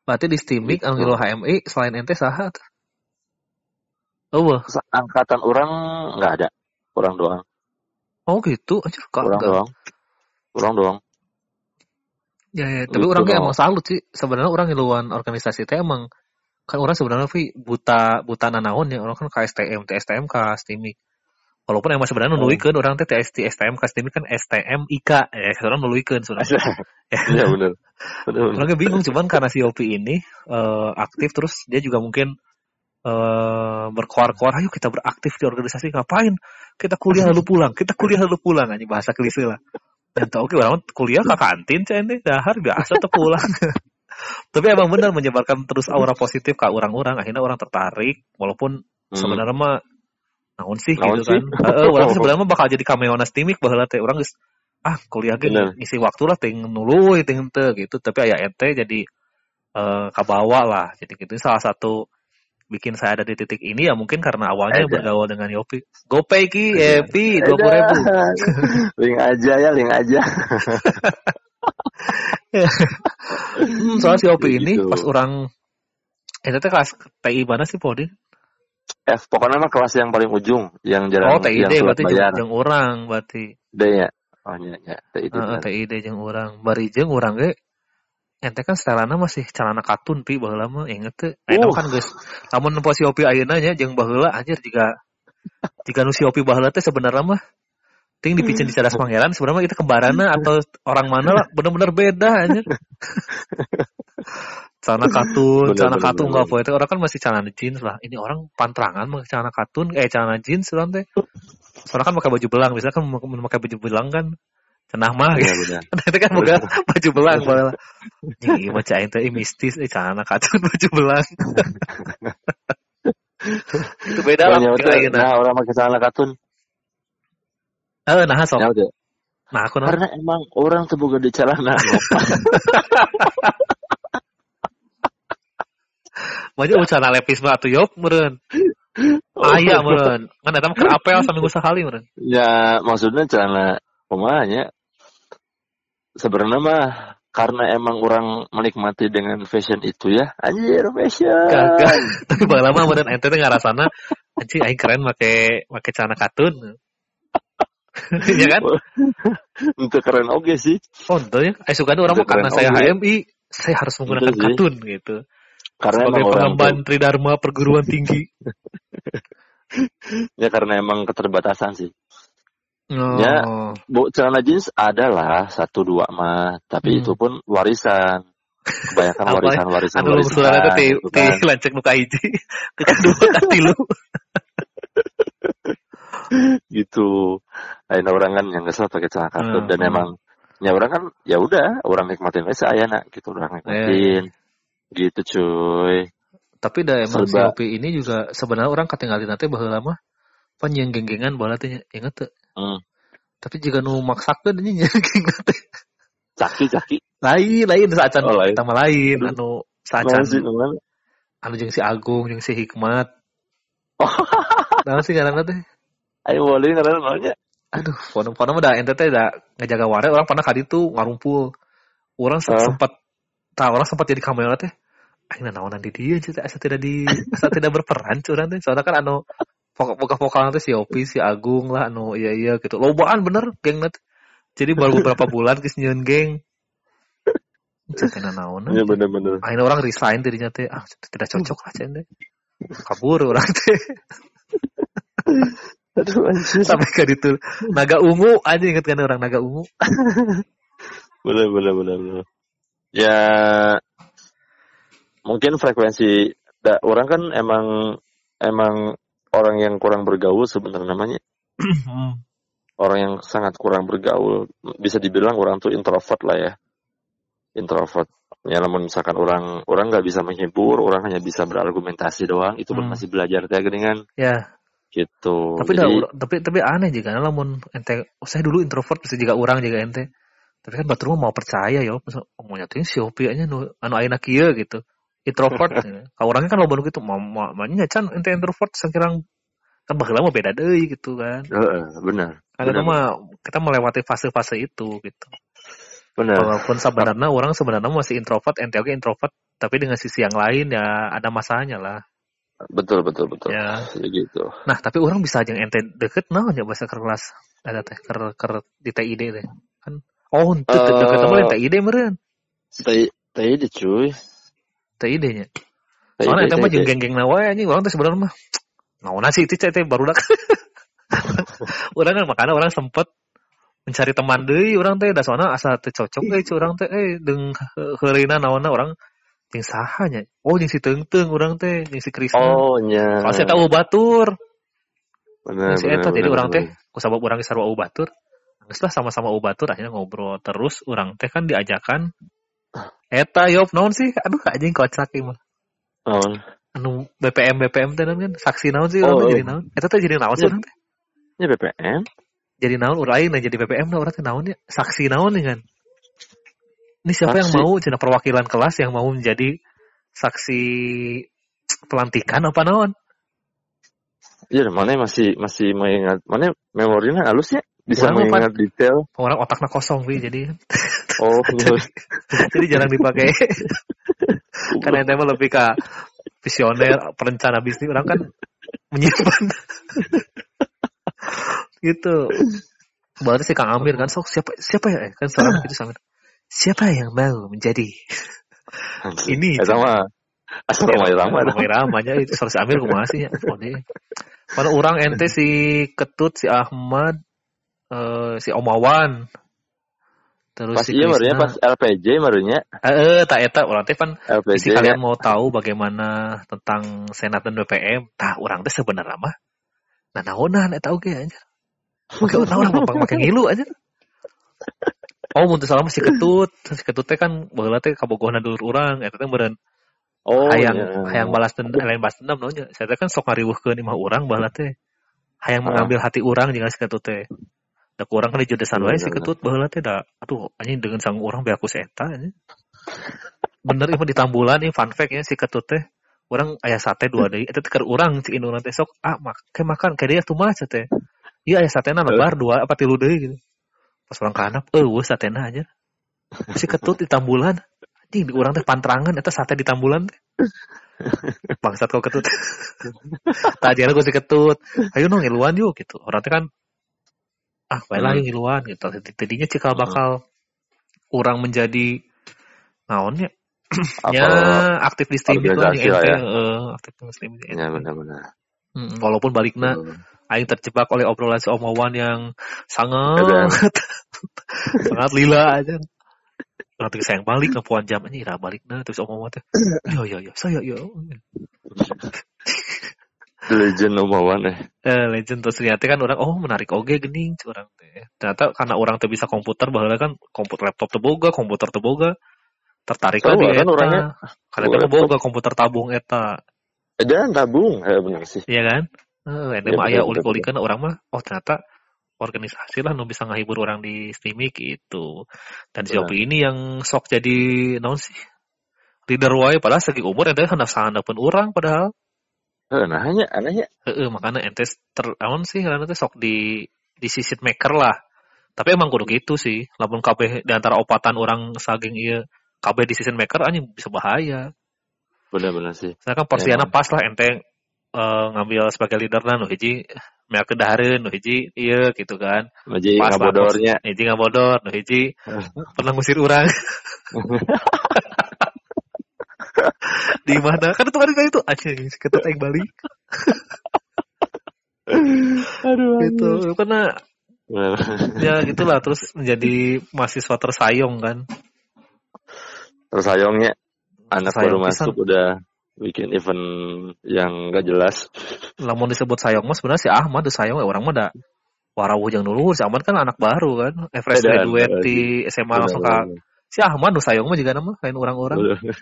Berarti di Stimik Gitu. anu ngilu H M I selain ente saha tuh? Oh, Angkatan orang nggak ada, orang doang, oh gitu, anjir orang kagak. doang, orang doang. Ya, ya, tapi Gitu orangnya no. emang salut sih. Sebenarnya orang ngiluan organisasi teh emang kan orang sebenarnya Vi buta buta nanaon ya, orang kan K S T M, T S T M ka Stimik. Walaupun emang sebenarnya Oh. nuluikeun orang teh T S T M ka Stimik kan S T M I K ya, sebenarnya nuluikeun sebenarnya. Iya benar. Benar. Orangnya bingung cuman karena si Yopi ini eh, aktif terus dia juga mungkin eh berkoar-koar, ayo kita beraktif di organisasi, ngapain? Kita kuliah lalu pulang, kita kuliah lalu pulang, anjing bahasa klise lah. Dan tau oke orang kuliah ke kantin cah ini dahar biasa tuh pulang. Tapi emang benar menyebarkan terus aura positif ke orang-orang, akhirnya orang tertarik walaupun Hmm. sebenarnya mah naon sih Naon gitu sih? kan. Heeh, orang sebenarnya mah bakal jadi kameona Stimik baheula teh orang geus ah kuliah ge Bener. ngisi waktu lah ting nuluy ting teu gitu, tapi aya ente jadi eh kabawa lah. Jadi gitu salah satu bikin saya ada di titik ini ya mungkin karena awalnya Ada. bergaul dengan Yopi. GoPay ki, Ada. Epi, dua puluh ribu. Link aja ya, link aja. Hmm, soal si Yopi ini Gitu. pas orang, eh itu kelas T I mana sih Podi? Eh, pokoknya mah kelas yang paling ujung, yang Oh jarang, T I yang D surat berarti bayar. jeung orang berarti. D ya. Oh iya, iya. T I D Heeh, benar. T I D jeung orang. Bari jeung urang ge ente kan setelana masih celana katun pi baheula mah inget teh. Ayeuna Uh. kan geus lamun nempo si Yopi ayeuna nya jeung baheula anjir jika jika nu si Yopi baheula teh sebenarnya mah ting dipicen di Cadas Pangeran sebenarnya itu kembaranna atau orang mana lah bener-bener beda anjir. Celana katun, Bener, celana bener, katun bener, enggak apa itu orang kan masih celana jeans lah. Ini orang pantrangan pakai celana katun, eh celana jeans urang teh. Soalnya kan pakai baju belang, biasanya kan mau pakai baju belang kan cenah mah Iya gitu. benar. Itu kan boga baju belang baheula. Ih, mah cai teh mistis eh celana katun baju belang. Itu beda lah Pokoknya mungkin teh, ayeuna. nah orang pakai celana katun. Eh nah sok. Ya udah. Nah aku nah. Karena emang orang tuh boga di celana. Maju celana lepis mah atuh yok meureun. Aya meureun. Kan eta mah keur apel saminggu sakali meureun. Ya maksudnya celana pemahanya sebenarnya mah karena emang orang menikmati dengan fashion itu ya, anjir fashion. Kagak. Tapi baheula mah meureun ente teh ngarasana anjing aing keren make make celana katun. Iya kan? Untuk keren oke sih. Oh, ente ya. Aing suka orang mah karena saya H M I, saya harus menggunakan Betul sih. katun gitu. Karena Sebagai emang orang pengemban tuh, Tridharma perguruan tinggi. ya karena emang keterbatasan sih. Oh. Ya, bu, celana jeans adalah satu dua mah, tapi Hmm. itu pun warisan. Kebanyakan Apa? warisan warisan Anu warisan. lungsuran eta ti gitu ti kan. lancek nu ka hiji. Ke kedua ka tilu. Gitu. Ayeuna orang kan yang ngesel pakai celana katun Hmm, dan hmm. emang ya orang kan ya udah orang nikmatin aja ayana gitu orang nikmatin. Gitu cuy. Tapi da emang si Serba. Yopi ini juga sebenarnya orang katinggalin nanti baheula mah pan yang geng-gengan baheula teh inget teu. Hmm. Tapi jika nu maksakeun nya geng teh. Caki-caki. Lain lain saacan Oh, lain. kita mah lain Aduh. anu saacan Mana sih mana? anu jeung si Agung jeung si Hikmat. Oh. Naon sih ngaranna teh? Ayo boleh karena namanya. Aduh, pona-pona mah da ente teh da ngajaga ware orang pernah ka ditu ngarumpul. Orang se- Hah? sempat tah orang sempat jadi kamera teh. Aing naonan di dia cerita asa tidak di asa tidak berperan curang teh. Soalnya kan anu vokal-vokal teh si Opi, si Agung lah anu iya iya gitu. Lobaan bener geng teh. Jadi baru beberapa bulan geus nyieun geng. Cekena naon. Iya bener-bener. Akhirnya orang resign dirinya teh. Ah, tidak cocok lah cen teh. Kabur orang teh. Aduh anjir. Sampai ke ditu naga ungu aja inget kan orang naga ungu. Bener bener bener bener. Ya mungkin frekuensi da, orang kan emang emang orang yang kurang bergaul sebenarnya namanya. Orang yang sangat kurang bergaul, bisa dibilang orang tuh introvert lah ya. Introvert. Ya namun misalkan orang orang nggak bisa menghibur, orang hanya bisa berargumentasi doang, itu pun Hmm. masih belajar teh geuningan Ya, gitu. tapi dah Jadi ur- tapi tapi aneh juga lamun ente oh, saya dulu introvert bisa juga orang juga ente. Tapi kan batur mah mau percaya ya, masa oh, mau nyatain si Opi nya nu anu ayeuna kieu gitu. Introvert. Ya. Ka orangnya kan loba nu kitu, mah manya can ente introvert sakirang kan baheula mah beda deui gitu kan. heeh, benar. Kan itu Benar. mah kita melewati fase-fase itu gitu. Benar. Walaupun sebenarnya orang sebenarnya masih introvert, ente oge introvert Tapi dengan sisi yang lain ya ada masanya lah. Betul betul betul. Ya. Ya gitu. Nah, tapi orang bisa aja ente deket naon ya bahasa kelas. Ada teh ker ker di T I D teh. Kan oh, henteu teu deket mah lain T I D meureun. T I D cuy. T I D-nya. Soalnya eta mah jeung geng-geng na wae anjing, urang teh sebenarnya mah naonna sih itu teh barudak. Urang kan makana orang sempet mencari teman deui urang teh da soalna asa teu cocok euy urang teh eh deung heureuna naonna urang jeung saha nya? Oh jeung si Teungteung urang teh, jeung si Krisna. Oh nya. Pas eta u batur. Bener. Si eta jadi urang teh ku sabab urang ge sarua u batur. Geus lah sama-sama u batur akhirnya ngobrol terus urang teh kan diajakan eta yop naon sih? Aduh anjing kocak ieu mah. Oh. Anu B P M B P M teh kan saksi naon sih urang Oh, jadi naon? Eta teh jadi naon sih urang teh? Nya B P M. Jadi naon urang nah jadi B P M lah urang teh naon ya? Saksi naon nih kan? Ini siapa Saksi. yang mau cenah perwakilan kelas yang mau menjadi saksi pelantikan apa naon? Iya, mana masih masih mengingat, mana memorinya halus ya, bisa Orang mengingat detail. Orang otaknya kosong wi jadi. Oh, jadi, jadi jarang dipakai. Karena itu mah lebih ke visioner, perencana bisnis. Orang kan menyimpan. Gitu. Baru si Kang Amir kan, sok siapa siapa ya kan seorang itu sama. Siapa yang mau menjadi ini? Ya sama. Asal Romai Rama. Romai Ramanya itu si Amir kumaha sih ya? Oh deh. Pada orang ente si Ketut, si Ahmad, uh, si Omawan. Terus pas si iya barunya Krisna. pas L P J barunya. Eh, eh tak eta urang teh kan L P J. si kalian mau tahu bagaimana tentang Senat dan B P M? Tah urang teh sebenarnya mah nah naonan eta oge anjir. Make naon urang make ngilu anjir. Oh, mun teu salah si Ketut, si Ketut teh kan baheula teh kabogohna dulur urang, eta teh meureun Oh, hayang ya. hayang balas dendam, lain balas dendam naon nya. Saya teh kan sok ngariweuhkeun imah urang baheula teh. Hayang Ah. mengambil hati urang jeung si Ketut teh. Da kurang kan di judesan wae si Bener, Ketut baheula teh da atuh anjing dengan sang urang bea ku si eta anjing. Bener ieu di Tambulan ieu fun fact ya si Ketut teh. Urang aya sate dua deui eta teh keur urang cik indung teh sok ah make makan ke dia tuh mah teh. Ieu aya satena lebar dua apa tilu deui gitu. Pas urang kahandap eueuh satena aja. Si Ketut di Tambulan. Anjing di urang teh pantrangan eta sate di Tambulan teh. Bangsat kau Ketut. Tadiana gue si Ketut. Ayo no ngiluan yuk gitu. Orang teh kan ah baiklah Hmm. hmm. ngiluan gitu. Tadinya cikal bakal orang menjadi naonnya ya aktif di streaming lah organisasi yang lah ente ya. uh, aktif di streaming Ya benar-benar. Hmm, walaupun balikna Betul. aing terjebak oleh obrolan si Omawan yang sangat Edan. sangat lila aja. Nanti sayang balik nempuan jam ini ira balikna terus Omawan teh. Yo yo yo saya yo. The Legend Omawan eh. Eh, legend terus ternyata kan orang oh menarik oge gening orang teh. Ternyata karena orang teh bisa komputer baheula kan komputer laptop teu boga, komputer teu boga. Tertarik Tahu di kan eta. orangnya. Karena teh boga komputer tabung eta. Dan tabung, ya benar sih. Iya kan? Heeh, ente Ya, mah betul, aya betul, ulik-ulikeun orang mah oh ternyata organisasi lah nu bisa ngahibur orang di streaming gitu. Dan si Benar. Opi ini yang sok jadi naon sih? Leader wae padahal segi umur ente hendak sahandapeun urang padahal. Eh, nah hanya, anehnya. Heeh, makanya ente ter naon sih karena teh sok di di sisit maker lah. Tapi emang kudu gitu sih. Lamun kabeh di antara opatan orang saging ieu kabeh di season maker anjing bisa bahaya. Benar-benar sih. Saya kan porsiana Emang. pas lah ente uh, ngambil sebagai leaderna nu hiji mea kedahareun nu hiji ieu gitu kan. Maji Pas lah ngabodornya. pos- hiji ngabodor, nu hiji pernah ngusir urang. Di mana? Kan itu kan itu anjing ketut aing balik. Aduh. Gitu. Karena Benar. ya gitulah terus menjadi mahasiswa tersayong kan. Tersayongnya anak Tersayong baru pisan. masuk udah bikin event yang gak jelas. Lamun disebut sayong mah sebenarnya si Ahmad tuh sayong ya orang mah da warawuh jeung dulu si Ahmad kan anak baru kan eh, fresh Edan, graduate edan. di S M A langsung ke Benar-benar. si Ahmad tuh sayong mah juga nama lain orang-orang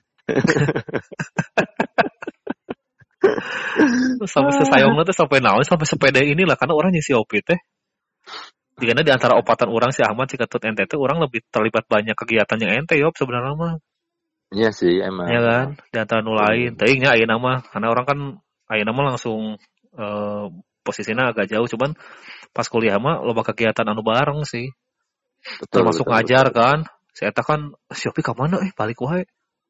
sampai sesayongna tuh sampai naon sampai sepeda inilah karena orangnya si Opi teh karena di antara opatan orang si Ahmad si Ketut ente teh orang lebih terlibat banyak kegiatan yang ente yop sebenarnya mah Iya sih emang. ya kan di antara nu lain teuingnya ayeuna mah karena orang kan ayeuna mah langsung eh, posisinya agak jauh cuman pas kuliah mah loba kegiatan anu bareng sih Betul, termasuk betul, ngajar betul. kan si eta kan si Opi ka mana eh balik wae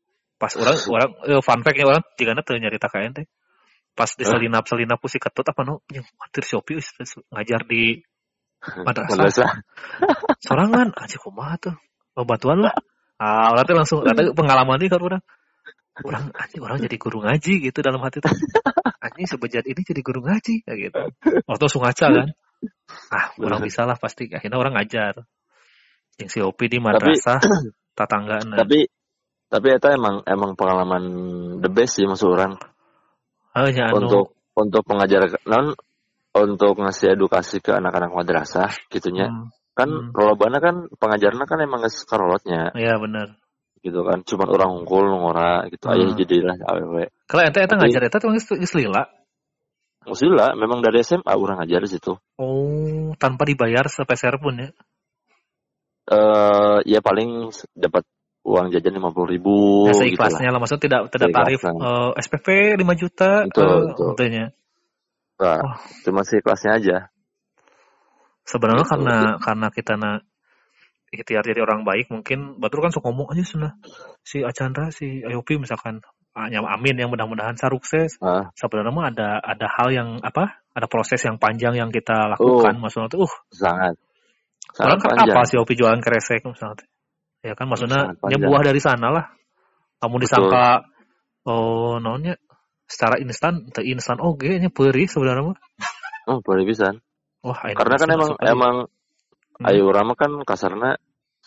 Pas orang orang eh, fun fact-nya orang jigana teu nyarita ka ente. Pas diselinap-selinap ku si Ketut apa nu yang matir Shopee geus ngajar di madrasah. Madrasah. Sorangan anjing kumaha tuh. Oh, batuan lah. Ah, orang teh langsung ada pengalaman nih kan orang. Orang anjing orang jadi guru ngaji gitu dalam hati tuh. Anjing sebejat ini jadi guru ngaji kayak gitu. Waktu langsung ngaca kan. Ah, orang bisa lah pasti. Akhirnya orang ngajar. Yang si Opi di madrasah tatanggaana. Tapi tapi itu emang emang pengalaman the best sih maksud orang. Oh, ya, anu. Untuk untuk pengajar non untuk ngasih edukasi ke anak-anak madrasah gitunya. Hmm. Kan hmm. rolobana kan pengajarna kan emang geus karolotnya. Iya benar. Gitu kan cuman orang unggul ngora gitu hmm. aya jadilah awewe. Kalau ente eta ngajar eta tuh geus lila. Geus lila memang dari S M A urang ngajar di situ. Oh, tanpa dibayar sepeser pun ya. Eh uh, ya paling dapat uang jajan lima puluh ribu ya, seikhlasnya gitu lah. Maksudnya tidak tidak tarif uh, S P P lima juta tentunya. Uh, nah, oh. Cuma seikhlasnya aja. Sebenarnya gitu. karena karena kita na ikhtiar jadi orang baik mungkin batur kan sok ngomong aja sudah si Achandra si Ayopi misalkan amin yang mudah-mudahan sukses. Uh. Sebenarnya mah ada ada hal yang apa? Ada proses yang panjang yang kita lakukan uh. maksudnya tuh uh sangat. sangat orang kan panjang. Apa si Ayopi jualan kresek misalnya. Ya kan maksudnya nya buah dari sana lah. Kamu disangka oh naonnya secara instan teu instan oge nya peurih sebenarnya mah. Oh, peurih pisan. Wah, karena kan emang emang hmm. ayo urang kan kasarna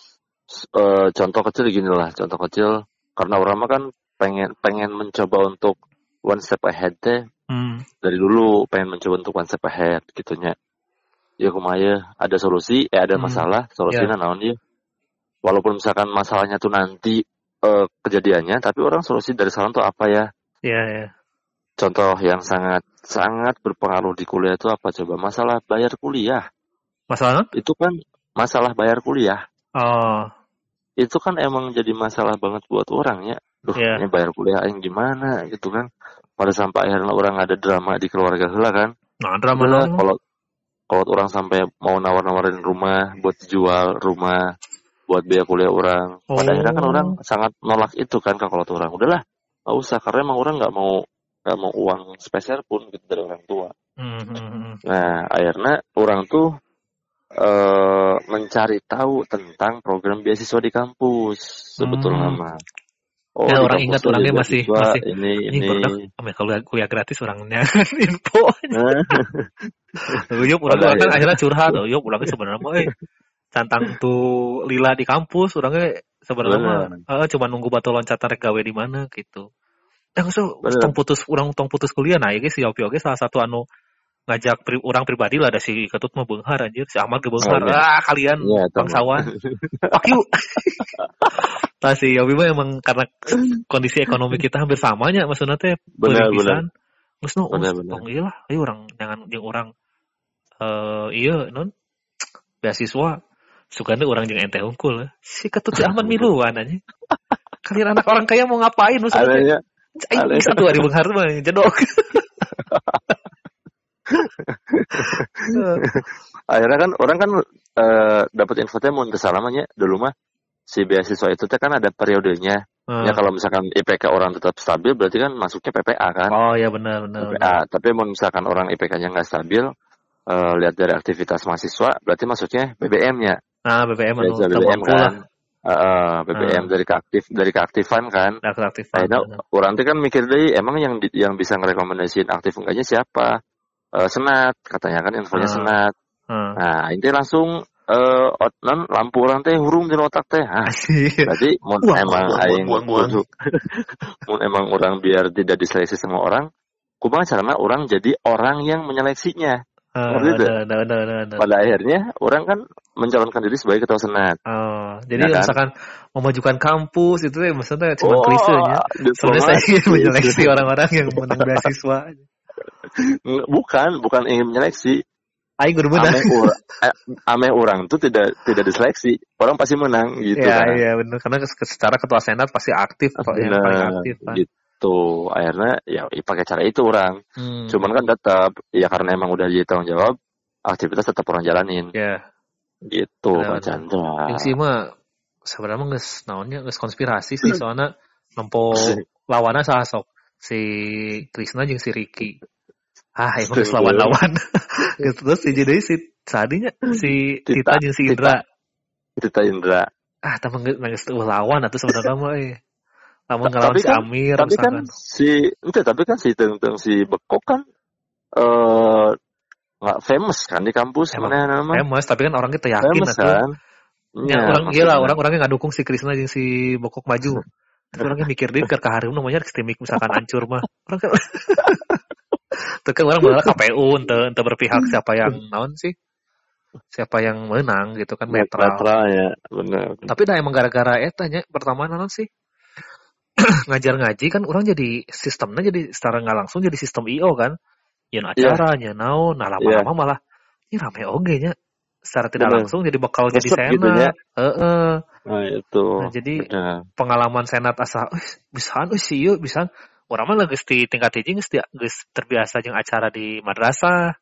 uh, contoh kecil gini lah, contoh kecil karena urang kan pengen pengen mencoba untuk one step ahead teh. Hmm. Dari dulu pengen mencoba untuk one step ahead gitunya. Ya kumaha ada solusi, eh ada hmm. masalah, solusinya yeah. naon ieu? Walaupun misalkan masalahnya tuh nanti uh, kejadiannya, tapi orang solusi dari sana tuh apa ya? Iya, yeah, iya. Yeah. Contoh yang sangat sangat berpengaruh di kuliah itu apa coba? Masalah bayar kuliah. Masalah? Itu kan masalah bayar kuliah. Oh. Itu kan emang jadi masalah banget buat orang ya. Duh, yeah. ini bayar kuliah yang gimana gitu kan? Pada sampai akhirnya orang ada drama di keluarga heula kan? Nah, drama lah. Kalau kalau orang sampai mau nawar-nawarin rumah buat dijual rumah buat biaya kuliah orang. Pada oh. akhirnya kan orang sangat nolak itu kan kalau orang. Udahlah, nggak usah karena emang orang nggak mau nggak mau uang spesial pun gitu dari orang tua. Mm-hmm. Nah, akhirnya orang tuh uh, mencari tahu tentang program beasiswa di kampus sebetulnya mm. mah. Oh, ya, orang ingat orangnya masih masih ini ini. ini kalau kuliah gratis orangnya info. Yuk, orang kan akhirnya curhat. Yuk, orangnya sebenarnya mau cantang tuh lila di kampus orangnya sebenarnya mah uh, cuma nunggu batu loncatan rek gawe di mana gitu. Eh so tong putus urang tong putus kuliah nah ieu si Yopi oge salah satu anu ngajak pri, orang pribadi lah ada si Ketut mah beunghar anjir si Ahmad ge beunghar. Oh, ah kalian ya, bangsawan. Fuck you. Tah si Yopi mah emang karena kondisi ekonomi kita hampir samanya maksudna teh bener bener. Geus no tong ieu lah ayo urang jangan jeung urang eh ieu non beasiswa sukanya orang yang ente unggul si Ketut si Ahmad miluan aja kalian anak orang kaya mau ngapain maksudnya aing satu hari benghar mah jedok akhirnya kan orang kan uh, dapat info teh mun teu salamanya dulu mah si beasiswa itu teh kan ada periodenya hmm. ya kalau misalkan I P K orang tetap stabil berarti kan masuknya P P A kan oh ya benar benar, P P A benar. Tapi mun misalkan orang I P K-nya nggak stabil uh, lihat dari aktivitas mahasiswa berarti masuknya B B M-nya. Ah, B B M anu B B M kan. Heeh, B B M uh. dari keaktif dari keaktifan kan. Dari keaktifan. Nah, orang tuh kan mikir deh emang yang di, yang bisa ngerekomendasiin aktif enggaknya siapa? Uh, senat, katanya kan infonya uh. senat. Uh. Nah, ini langsung eh uh, non lampu orang teh hurung di otak teh. Ah. Berarti mun emang aing mun emang orang biar tidak diseleksi sama orang, kumaha carana orang jadi orang yang menyeleksinya. Uh, ada, ada, ada, ada, ada. Pada akhirnya orang kan mencalonkan diri sebagai ketua senat. Oh, jadi ya misalkan kan? Memajukan kampus itu ya maksudnya cuma oh, klisenya. Sebenarnya saya ingin menyeleksi orang-orang yang menang beasiswa. Bukan, bukan ingin menyeleksi. Aing guru menang. Ame orang tuh tidak tidak diseleksi. Orang pasti menang gitu ya, kan. Iya, benar. Karena secara ketua senat pasti aktif, benar, yang paling aktif kan. Gitu. Tuh akhirnya ya pakai cara itu orang hmm. cuman kan tetap ya karena emang udah jadi tanggung jawab aktivitas tetap orang jalanin ya gitu Pak Chandra. Yang sih mah sebenarnya nggak naonnya nggak konspirasi sih soalnya nempo lawannya saha sok si Krisna jeung si Ricky. Ah, emang geus lawan-lawan. Terus si jadi si sadinya si Tita jeung si Indra. Tita Indra. Ah, tapi geus teu lawan atuh sebenarnya mah eh. Lamun ngelawan si Amir tapi kan si ente tapi kan si tentang si Bekok kan eh nggak famous kan di kampus mana nama famous tapi kan orang kita yakin famous kan ya, orang gila orang-orangnya nggak dukung si Krisna jeung si Bekok maju tapi orangnya mikir dia ke kahareum namanya sistemik misalkan hancur mah orang kan itu kan orang malah K P U ente ente berpihak siapa yang naon sih siapa yang menang gitu kan netral netral ya benar tapi dah emang gara-gara eta nya pertama naon sih ngajar ngaji kan orang jadi sistemnya jadi secara nggak langsung jadi sistem I O kan yang acaranya yeah. naon nah lama-lama yeah. malah ini rame oge nya secara tidak bener. Langsung jadi bakal Resep jadi senat gitu heeh nah itu nah, jadi bener. Pengalaman senat asa bisa euy si ieu bisa urang mah geus di tingkat hiji geus terbiasa jeung acara di madrasah.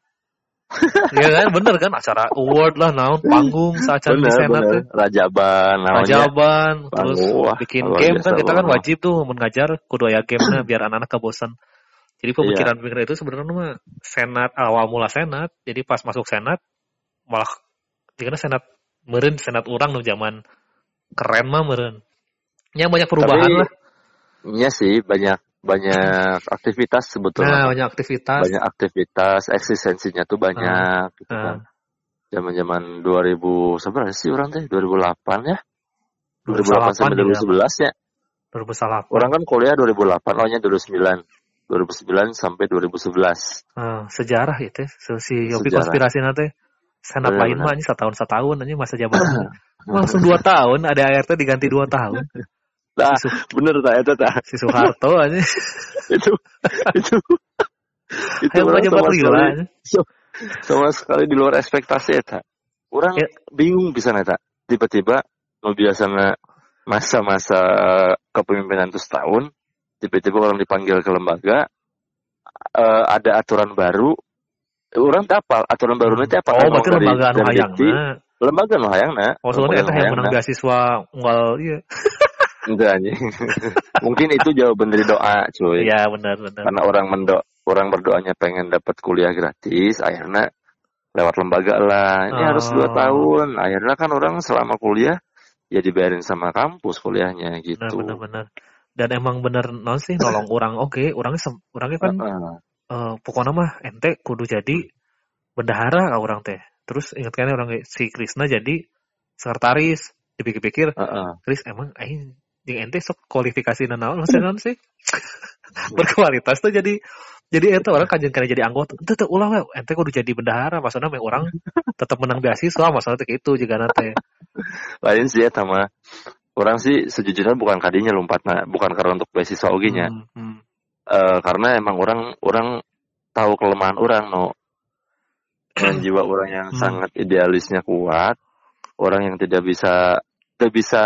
Iya kan bener kan acara award lah naon panggung sacara di senat teh rajaban namanya rajaban terus Wah, bikin game kan kita kan wajib tuh mun ngajar kudu aya game-na biar anak-anak kebosan. Jadi pemikiran-pemikiran itu sebenarnya mah senat awal mula senat jadi pas masuk senat malah jika senat meureun senat urang nu zaman keren mah meureun. Nya banyak perubahan Tapi, lah. Iya sih banyak banyak aktivitas sebetulnya. Nah, banyak aktivitas. Banyak aktivitas, eksistensinya tuh banyak uh, gitu kan. Zaman-zaman dua ribu seberapa sih orang teh? dua ribu delapan ya? dua ribu delapan sampai dua ribu sebelas ya? dua ribu delapan Orang kan kuliah dua ribu delapan, ohnya dua ribu sembilan. dua ribu sembilan sampai dua ribu sebelas. Uh, sejarah itu si Yopi konspirasi nanti. Senat lain mah ini setahun setahun aja masa jabatan. Langsung dua tahun ada A R T diganti dua tahun. Nah, si Su- bener tak itu tak? Si Soeharto aja. itu itu itu sama sekali, so, sama sekali di luar ekspektasi eta. Orang ya. Bingung bisa neta. Tiba-tiba mau biasanya masa-masa kepemimpinan itu setahun, tiba-tiba orang dipanggil ke lembaga, uh, ada aturan baru. Orang tak apa aturan baru nanti apa? Oh, berarti lembaga anu hayangna. Lembaga anu hayangna. Oh, soalnya eta yang menang beasiswa unggal ieu. Enggak anjing. Mungkin itu jawaban dari doa, cuy. Iya, benar, benar. Karena orang mendo orang berdoanya pengen dapat kuliah gratis, akhirnya lewat lembaga lah. Ini oh. harus dua tahun. Akhirnya kan orang selama kuliah ya dibayarin sama kampus kuliahnya gitu. Benar, benar, benar. Dan emang bener non sih nolong orang oke, okay. orangnya sem- orangnya kan uh-uh. uh, pokoknya mah ente kudu jadi bendahara ka orang teh. Terus ingat kan orang si Krisna jadi sekretaris. Dipikir-pikir, uh-uh. Kris emang aing jeung ente sok kualifikasi naon maksudna sih? Berkualitas tuh jadi jadi eta orang kanjeng kana jadi anggota. Teu teu ulah we ente kudu jadi bendahara maksudna meh orang tetap menang beasiswa maksudna teh kitu jigana teh. Lain sih eta mah. Orang sih sejujurnya bukan kadinya lompatna, bukan karena untuk beasiswa oge nya. Hmm, hmm. Uh, karena emang orang orang tahu kelemahan orang no. Dan jiwa orang yang hmm. sangat idealisnya kuat. Orang yang tidak bisa tidak bisa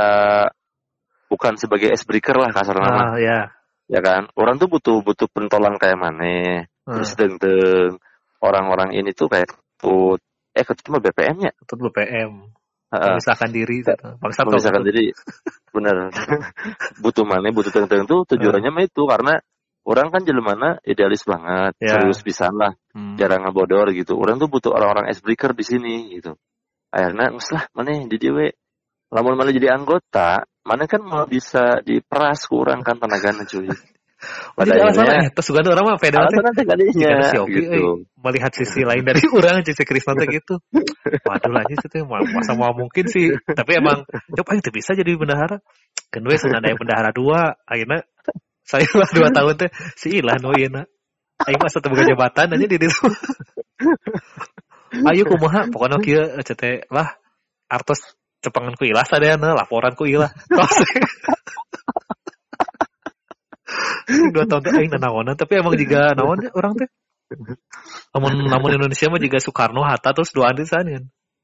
bukan sebagai icebreaker lah kasar nama. Ah, ya. Ya kan? Orang tuh butuh butuh pentolan kayak mana. Hmm. Terus deng-deng orang-orang ini tuh kayak ketut eh ketut mah B P M-nya. Ketut B P M. Memisahkan diri gitu. Memisahkan diri. Bener. Butuh mana, butuh deng-deng tuh tujuannya mah itu karena orang kan jelemana idealis banget, ya. Serius pisan lah. Hmm. Jarang ngebodor gitu. Orang tuh butuh orang-orang icebreaker di sini gitu. Akhirnya nges lah mana di dewe lamun mana jadi anggota mana kan mau bisa diperas kurang kan tenaganya cuy. Pada akhirnya terus juga orang mah pede banget tadinya gitu. Melihat sisi lain dari orang sisi Krisna gitu. Waduh lagi itu masa mau mungkin sih tapi emang coba itu bisa jadi bendahara kan we ada yang bendahara dua akhirnya saya lah dua tahun teh si Ilah no ieu na aing masa teu boga jabatan aja di ditu. Ayo kumaha pokoknya kieu cete lah artos cepengan ku Ilah sadayana laporan ku Ilah. Dua tahun teh aing nanaonan tapi emang juga naon orang teh. Lamun lamun Indonesia mah juga Soekarno Hatta terus doan di sana.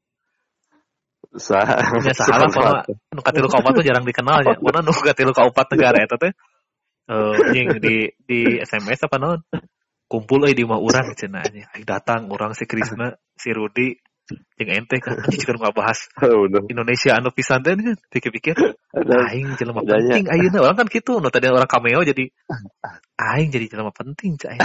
Sah. Ya salah pokona nu katilu ka opat tuh jarang dikenal nya. Pokona nu katilu ka opat negara eta teh eh jeung di di S M S apa naon? Kumpul euy di rumah urang cenah nya. Aing datang urang si Krisna, si Rudi, Jeung ente kan anjing jika ngabahas Oh, bener. Indonesia anu pisan teh kan pikir-pikir Ada aing jelema adanya. penting ayeuna orang kan kitu nu tadi orang cameo jadi aing jadi jelema penting cai.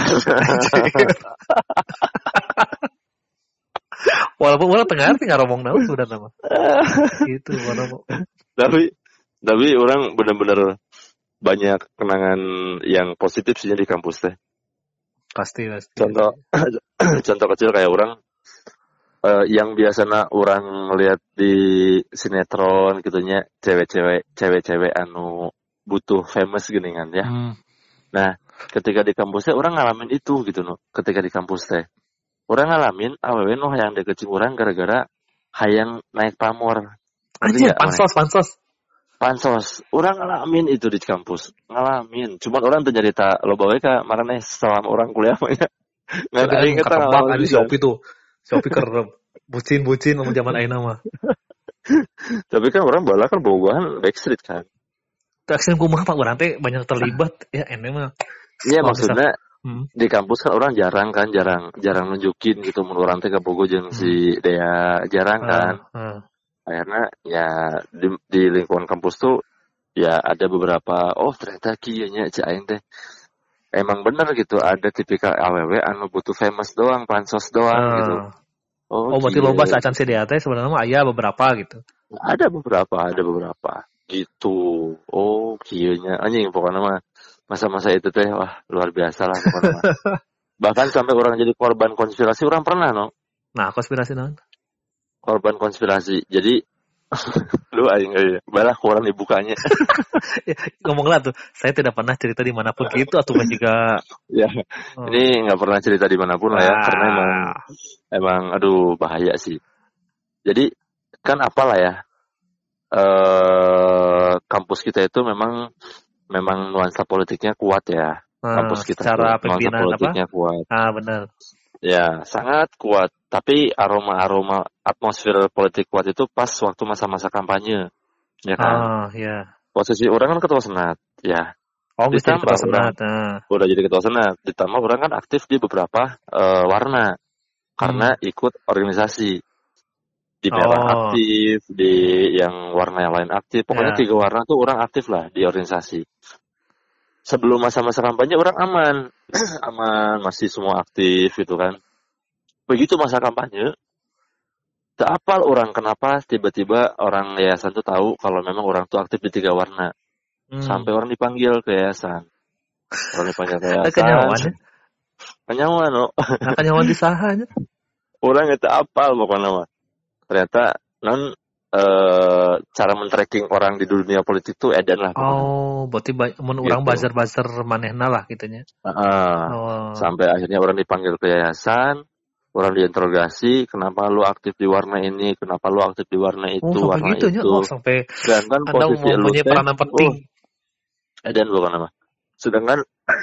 Walaupun orang tengah arti ngaromong naon sebenarnya mah. Gitu walaupun Tapi tapi orang benar-benar banyak kenangan yang positif sih di kampus teh. pasti pasti. Contoh contoh kecil kayak orang eh, yang biasanya orang ngeliat di sinetron gitunya cewek-cewek cewek-cewek anu butuh famous gini kan ya. Hmm. Nah, ketika di kampusnya orang ngalamin itu gitu no. Ketika di kampus teh. Orang ngalamin awewe noh yang deket cing orang gara-gara hayang naik pamor. Ngerti Anjir, nggak, pansos pansos. Pansos. Orang ngalamin itu di kampus. Ngalamin. Cuman orang tuh nyarita loba we ka marane selama orang kuliah mah ya. Ngan Tapi aing kan eta ketebak ngalamin ada pisan. Shopee tuh. Shopee ker bucin-bucin sama zaman ayeuna mah. Tapi kan orang bala kan bogohan backstreet kan. Action kumaha Pak urang teh banyak terlibat ya ene mah. Iya Oh, bisa. maksudnya Hmm. di kampus kan orang jarang kan jarang jarang nunjukin gitu mun orang teh ka bogo jeung si Dea jarang kan. Ah, ah. Akhirnya ya di, di lingkungan kampus tuh ya ada beberapa oh ternyata kieu nya cai aing teh emang bener gitu ada tipikal awewe anu butuh famous doang pansos doang Ah. gitu. Oh, berarti kieu. loba sacan C D A teh sebenarnya mah aya beberapa gitu. Ada beberapa, ada beberapa gitu. Oh, kieu nya anjing pokoknya mah masa-masa itu teh wah luar biasa lah pokoknya mah. Bahkan sampai orang jadi korban konspirasi orang pernah no. Nah, konspirasi naon? Korban konspirasi. Jadi lu aing euy, balah orang dibukanya. Ngomonglah tuh, saya tidak pernah cerita dimanapun gitu atau mah juga Ya, oh. ini nggak pernah cerita dimanapun lah ya, Ah. karena emang emang aduh bahaya sih. Jadi kan apalah ya, eh kampus kita itu memang memang nuansa politiknya kuat ya. Ah, Kampus kita secara tuh nuansa pimpinan apa? politiknya kuat. Ah, benar. Ya, sangat kuat. Tapi aroma-aroma atmosfer politik kuat itu pas waktu masa-masa kampanye. Ya kan? Ah, ya. Posisi orang kan ketua senat. Ya, Oh, bisa Ditambah ketua senat. Nah. udah jadi ketua senat. Ditambah orang kan aktif di beberapa eh, warna. Karena ikut organisasi. Di merah Oh. aktif, di yang warna yang lain aktif. Pokoknya Ya. tiga warna tuh orang aktif lah di organisasi. Sebelum masa-masa kampanye orang aman. Aman, masih semua aktif gitu kan. Begitu masa kampanye, tak apal orang kenapa tiba-tiba orang yayasan tuh tahu kalau memang orang tuh aktif di tiga warna. Hmm. Sampai orang dipanggil ke yayasan. Orang dipanggil ke Eh, yayasan. kenyawan ya? Kenyawan, no. Nah, kenyawan di sahanya. Orang itu apal pokoknya mah. Ternyata non eh, cara men-tracking orang di dunia politik tuh edan lah. pokoknya. Oh, berarti ba- mun urang Gitu. buzzer-buzzer manehna lah gitunya. Heeh. Oh. Sampai akhirnya orang dipanggil ke yayasan, orang diinterogasi, kenapa lu aktif di warna ini, kenapa lu aktif di warna itu, Oh, sampai warna gitu ya. itu. Oh, sampai Sedangkan Anda posisi lu mempunyai teh, peranan penting. oh, edan bukan apa. Sedangkan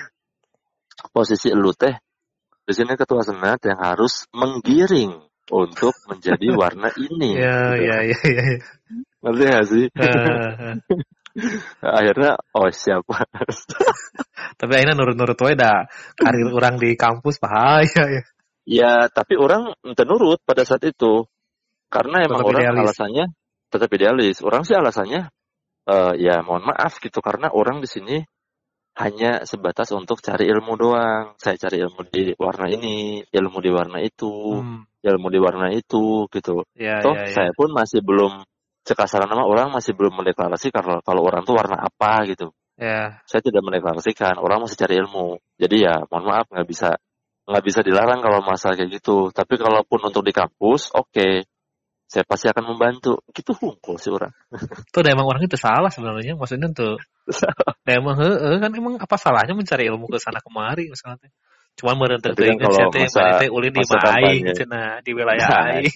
posisi lu teh di sini ketua senat yang harus menggiring untuk menjadi warna ini. Ya, gitu. ya, ya, ya. ya. Ngerti gak sih? Eh, Akhirnya oh siapa? Tapi akhirnya nurut-nurut wae dah karir orang di kampus bahaya ya. Ya, tapi orang ente nurut pada saat itu. Karena emang Tetap orang idealis. alasannya tetap idealis. Orang sih alasannya eh, ya mohon maaf gitu karena orang di sini hanya sebatas untuk cari ilmu doang. Saya cari ilmu di warna ini, ilmu di warna itu, Hmm. ilmu di warna itu gitu. Ya, Toh ya, ya. saya pun masih belum cekasaran nama orang masih belum mendeklarasi kalau kalau orang tuh warna apa gitu. Ya. Saya tidak mendeklarasikan, orang masih cari ilmu. Jadi ya mohon maaf nggak bisa nggak bisa dilarang kalau masalah kayak gitu. Tapi kalaupun untuk di kampus, oke, saya pasti akan membantu. Gitu hungkul sih orang. Tuh udah emang orang itu salah sebenarnya. Maksudnya tuh emang heeh kan emang apa salahnya mencari ilmu ke sana kemari misalnya. Cuman meureun teu Tapi kan inget kalau teh masa- mana teh ulin di masa mah aing kampanye. cenah di wilayah Nah, aing.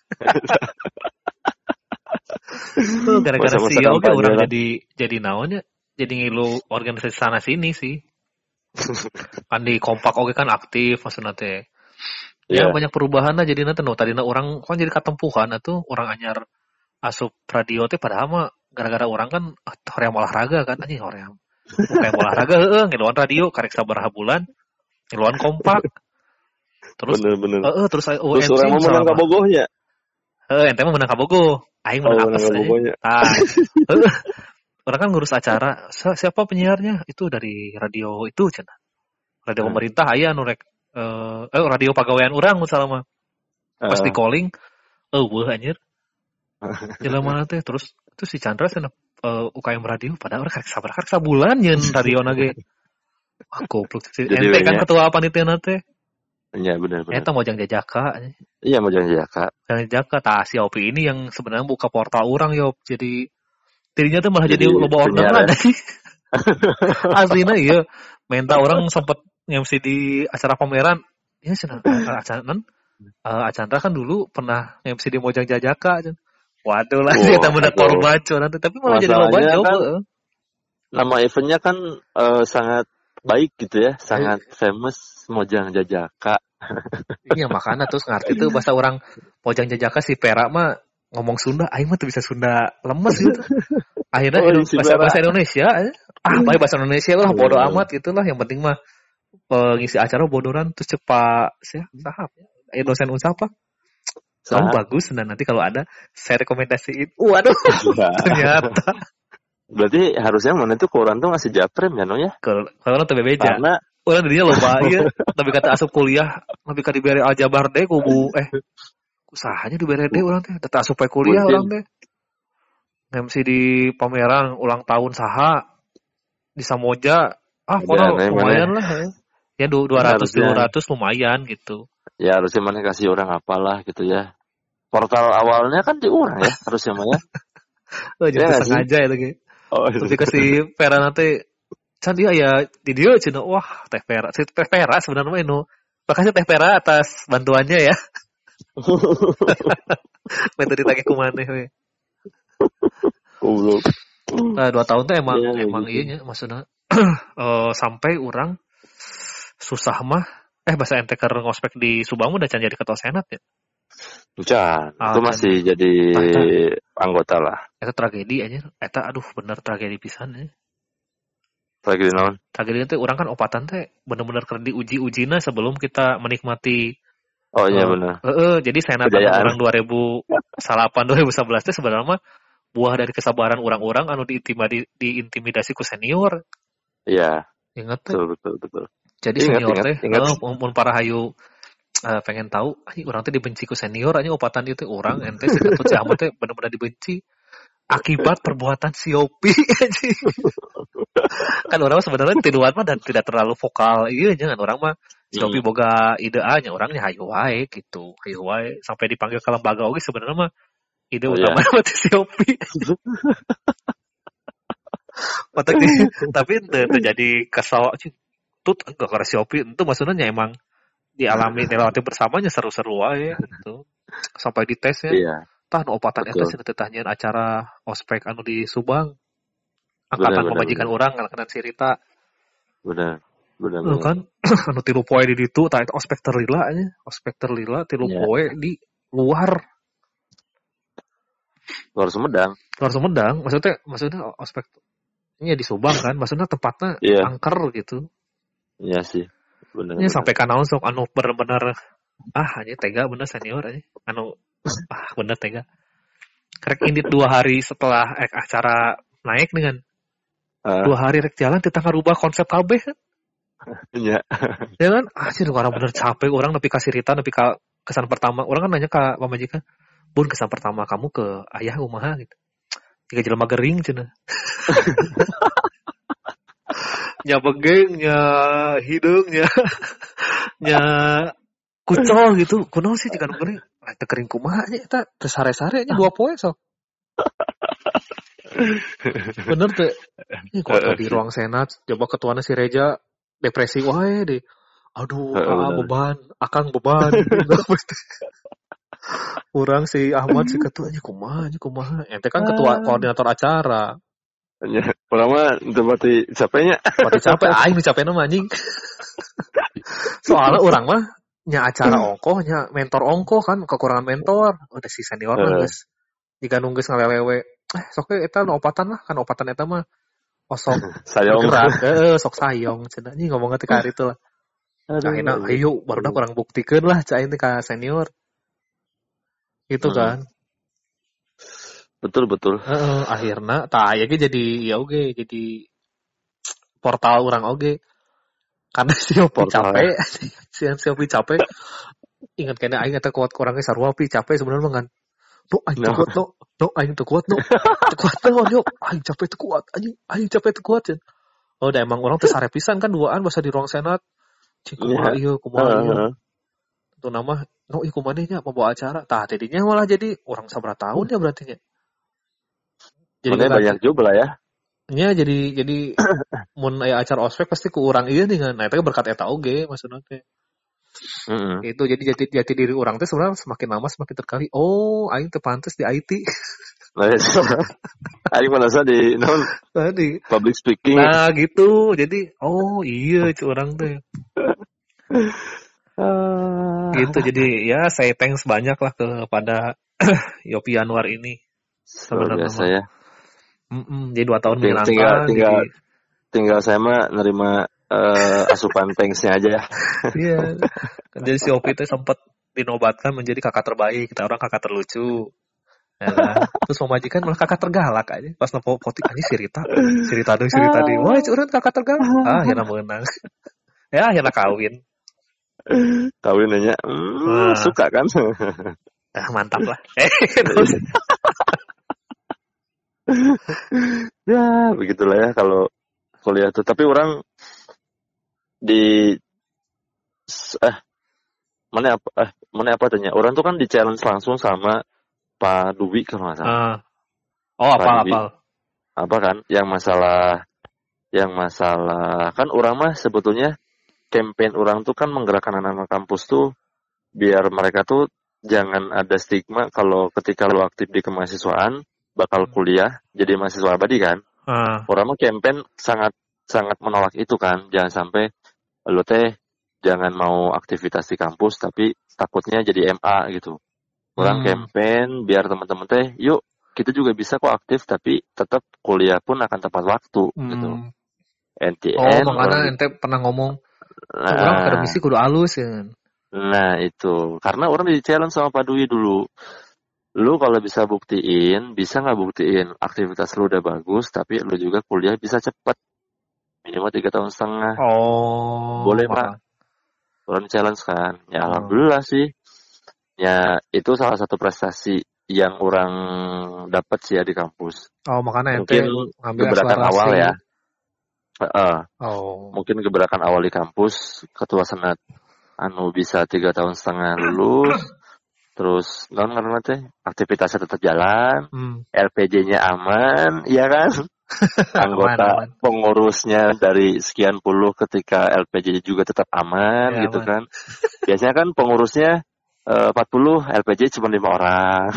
Tuh gara-gara Masa-masa si oke kampanye orang lah. jadi jadi naonnya jadi ngilu organisasi sana sini sih. Kan di kompak oke kan aktif maksudnya teh. Ya Iya. banyak perubahan lah jadi nanti no tadinya orang kan jadi katempuhan atuh orang anyar asup radio teh padahal mah gara-gara orang kan ah, hoream olahraga kan anjing hoream. Bukan olahraga heeh ngiluan radio karek sabaraha bulan. Ngiluan kompak. Terus Bener-bener. heeh terus saya Terus O M C orang mau menang selama ke bogohnya. Heeh, ente mah menang kabogo. Aing Oh, menang menang apes aja. pokoknya. Ah. Heeh. Orang kan ngurus acara. Si- Siapa penyiarnya? Itu dari radio itu cenah. Radio Hmm. pemerintah aya anu rek eh eh, radio pagawean urang misalnya mah. Pas di Eh, calling, eueuh anjir. Jelema teh terus terus si Chandra cenah eh, U K M radio padahal orang karek sabar karek sabulan nyeun radio nage. Wah goblok sih. jadi Ente kan ya, ketua panitia teh. iya benar-benar. Eta Mojang Jajaka. Iya mau janji ya kak. Mojang Jajaka tah si Opi ini yang sebenarnya buka portal urang yo. Jadi dirinya tuh malah jadi, Jadi loba order penyiar lah ya. tadi. Aslina iya. Minta orang sempet M C di acara pameran. Ya cenah acara non uh, Acandra kan dulu pernah M C di Mojang Jajaka. Cen. Waduh lah dia tak bener Waduh. korban nanti tapi malah jadi loba Masalahnya jauh. kan heeh. nama eventnya kan eh, sangat baik gitu ya, sangat famous Mojang Jajaka. Iya makanya terus ngerti tuh bahasa orang Mojang Jajaka si Perak mah ngomong Sunda, aing mah tuh bisa Sunda lemes gitu. Akhirnya Oh, Indo- si bahasa Perak. bahasa Indonesia, eh. ah baik bahasa Indonesia lah bodo Hmm. amat gitulah. Yang penting mah pengisi acara bodoran terus cepat sih sahab. Eh dosen unsapa. Kamu Sahab. bagus dan nanti kalau ada saya rekomendasiin. Waduh Nah, ternyata berarti harusnya mana tuh koran tuh ngasih japrem ya no ya? kalau kalau teu bebeja. Karena Orang dirinya loba ieu, tapi kata asup kuliah, tapi kata dibere aljabar deh kubu eh usahanya dibere deh orang teh, data asup we kuliah Mungkin. orang teh. M C di pameran ulang tahun saha di Samoja, ah Ada kono aneh, lumayan lah. eh. Ya du- dua ratus Harusnya. dua ratus lumayan gitu. ya harusnya mana kasih orang apalah gitu ya. Portal awalnya kan di orang ya harusnya mah ya. Oh, Iya jadi nggak sih? sengaja ya lagi. Oh, Terus dikasih Vera nanti can dia ya di dia cina wah teh Vera, si teh Vera sebenarnya mah inu. Makasih teh Vera atas bantuannya ya. Minta ditagih ku maneh we. goblok. Nah, dua tahun tuh emang Iya, kayak emang gitu. iya nya maksudnya eh, sampai orang susah mah eh bahasa ente keur ngospek di Subang udah can jadi ketua senat ya. Bukan, Ah, itu can. masih jadi Tah, anggota lah. Eta tragedi aja. Eta aduh bener tragedi pisan ya. Lagi non. Tragedi teh orang kan opatan teh bener-bener keur diuji-ujina sebelum kita menikmati. Oh iya eh, benar. Heeh, jadi senatan Kejayaan. orang dua ribu delapan dua ribu sebelas teh sebenarnya mah buah dari kesabaran orang-orang anu diintimidasi diintimidasi ku senior. Iya, Ingat teh. betul betul betul. Jadi Ingat, senior ingat, teh ingat. heeh mun para hayu eh, pengen tahu, anjing orang teh dibenci ku senior anjing opatan itu orang ente si Gatot si Ahmad teh bener-bener dibenci akibat perbuatan si Opi anjing. Kan orang sebenarnya tiduan mah dan tidak terlalu vokal iya jangan orang mah si Opi Hmm. boga ide A nya orangnya hayu wae gitu hayu wae sampai dipanggil ke lembaga oge sebenarnya mah ide Oh, utama iya. buat si Opi. Otak di- tapi teu teu jadi kesal anjing. Tut enggak karena si Opi itu maksudnya emang dialami dilewati bersamanya seru-seru wae gitu. Sampai di tes ya. Iya, Tah nu opatan eta betul. cenah teh tanyain acara ospek anu di Subang. Benar Angkatan benar pemajikan benar. orang ngalakeun si Rita. Benar. Benar Lu benar. kan anu tilu poe di ditu tah eta ospek terlila nya. Ospek terlila tilu Iya. poe di luar Luar Sumedang. luar Sumedang. Maksudnya maksudnya ospek ini di Subang kan. Maksudnya tempatnya Iya, angker gitu. iya sih. Benar Ini benar. sampai kanaon sok anu bener-bener ah hanya tega bener senior aja. Anu ah bener tega. Krek indit dua hari setelah eh, acara naik dengan Ah, dua hari rek jalan kita ngarubah konsep kabeh kan. iya. Ya kan? Ah sih orang bener capek orang nepi ka Rita nepi ka kesan pertama. Orang kan nanya ke pamajikan, "Bun, kesan pertama kamu ke ayah kumaha?" gitu. Tiga jelema gering cenah. Nya begeng, nya hidung, nya nya kucol gitu. Kunaon sih jika nu gering? Ah teu gering kumaha nya eta teu sare-sare nya dua poe sok. Bener tuh. Ini kota di ruang senat, coba ketuanya si Reja depresi wae deh. Aduh, Heeh, Kak, benar. beban, Akang beban. Kurang si Ahmad si ketuanya kumaha, nya kumaha. Ente kan ketua koordinator acara. Iya. Pertama itu berarti capeknya. Pati capek, aing nu capek nama anjing. Soalnya orang mah nya acara ongkoh, nya mentor ongkoh kan kekurangan mentor. Udah si senior mah Heeh. geus. Jika nunggeus ngalelewe, eh sok we eta nu opatan lah, kan opatan eta mah osok Sayang. bergerak, heeh sok sayong cenah. Ini ngomongna teh ka itu lah. Aduh, Akhirnya aduh. ayo barudak kurang buktikeun lah cai teh ka senior. Itu Hmm. kan. betul betul. Heeh, akhirna tah aya ge jadi ya oge jadi portal urang oge. Karena si Opi Portal capek, si si Opi capek. Ingat kayaknya aing eta kuat orangnya sarua Opi capek sebenarnya mah kan. No aing teu No. kuat no. No aing teu kuat no. Teu kuat naon yo. Aing capek teu kuat. Anjing aing capek teu kuat. Can. Oh, da emang orang teh sare pisan kan duaan basa di ruang senat. Cing kumaha ieu kumaha ieu. Heeh. Itu nama no ieu kumaha nya membawa acara. Tah tadinya malah jadi orang sabaraha tahun ya berarti nya. Jadi Makanya banyak juga lah ya. nya jadi jadi mun aya acara ospek pasti ku urang ieu dengan nah eta berkat eta oge maksudna teh. Heeh. Itu jadi jati jati diri orang teh sebenarnya semakin lama semakin terkali. Oh, aing teu pantes di I T. Nah, itu. Aing merasa di non Tadi. public speaking. Nah, gitu. Jadi, oh iya itu orang teh. Ah. Gitu. Jadi ya saya thanks banyak lah kepada Yopi Anwar ini. Luar biasa ya. Mm-mm, jadi dua tahun Ting- menyenangkan. tinggal tinggal jadi, tinggal saya mah nerima eh, asupan thanks-nya aja ya. iya. Kan jadi si Yopi teh sempat dinobatkan menjadi kakak terbaik. Kita orang kakak terlucu. Ya kan? Terus pemajikan malah kakak tergalak aja. Pas nepo potik aja si Rita. Si Rita dong, si Rita di. Wah, curhat kakak tergalak. Ah, akhirnya menang. Ya, akhirnya kawin. Kawin aja. Hmm, Wah. suka kan? Ah, mantap lah. Eh, terus. Ya, begitulah ya kalau kuliah tuh. Tapi orang di eh mana apa eh mana apa tanya. Orang tuh kan di challenge langsung sama Pak Dwi kalau nggak salah. Ah. Oh, apal, Dwi. apal. Apa kan? Yang masalah yang masalah kan orang mah sebetulnya campaign orang tuh kan menggerakkan anak-anak kampus tuh biar mereka tuh jangan ada stigma kalau ketika lu aktif di kemahasiswaan bakal kuliah jadi mahasiswa abadi kan. Ah. Orang mah campaign sangat sangat menolak itu kan. Jangan sampai lu teh jangan mau aktivitas di kampus tapi takutnya jadi M A gitu. Orang Hmm. campaign biar teman-teman teh yuk kita juga bisa kok aktif tapi tetap kuliah pun akan tepat waktu gitu. Hmm. N T Oh, N makanya orang- ente pernah ngomong, "Oh, orang nah, akademisi kudu alus ya. nah itu karena orang di challenge sama Pak Dwi dulu. Lu kalau bisa buktiin, bisa nggak buktiin aktivitas lu udah bagus, tapi lu juga kuliah bisa cepet. Minimal tiga tahun setengah. Oh. Boleh, maka- Orang challenge kan. Ya Oh. alhamdulillah sih. Ya itu salah satu prestasi yang orang dapat sih ya di kampus. Oh, makanya ente Mungkin ngambil gebrakan akselerasi. awal ya. Heeh. Oh. Mungkin gebrakan awal di kampus, ketua senat anu bisa tiga tahun setengah lulus. Terus non karena teh aktivitasnya tetap jalan, Hmm. L P J-nya aman, iya kan? Anggota Aman, aman. pengurusnya dari sekian puluh ketika L P J juga tetap aman Ya, gitu aman. kan. Biasanya kan pengurusnya eh, empat puluh, L P J cuma lima orang.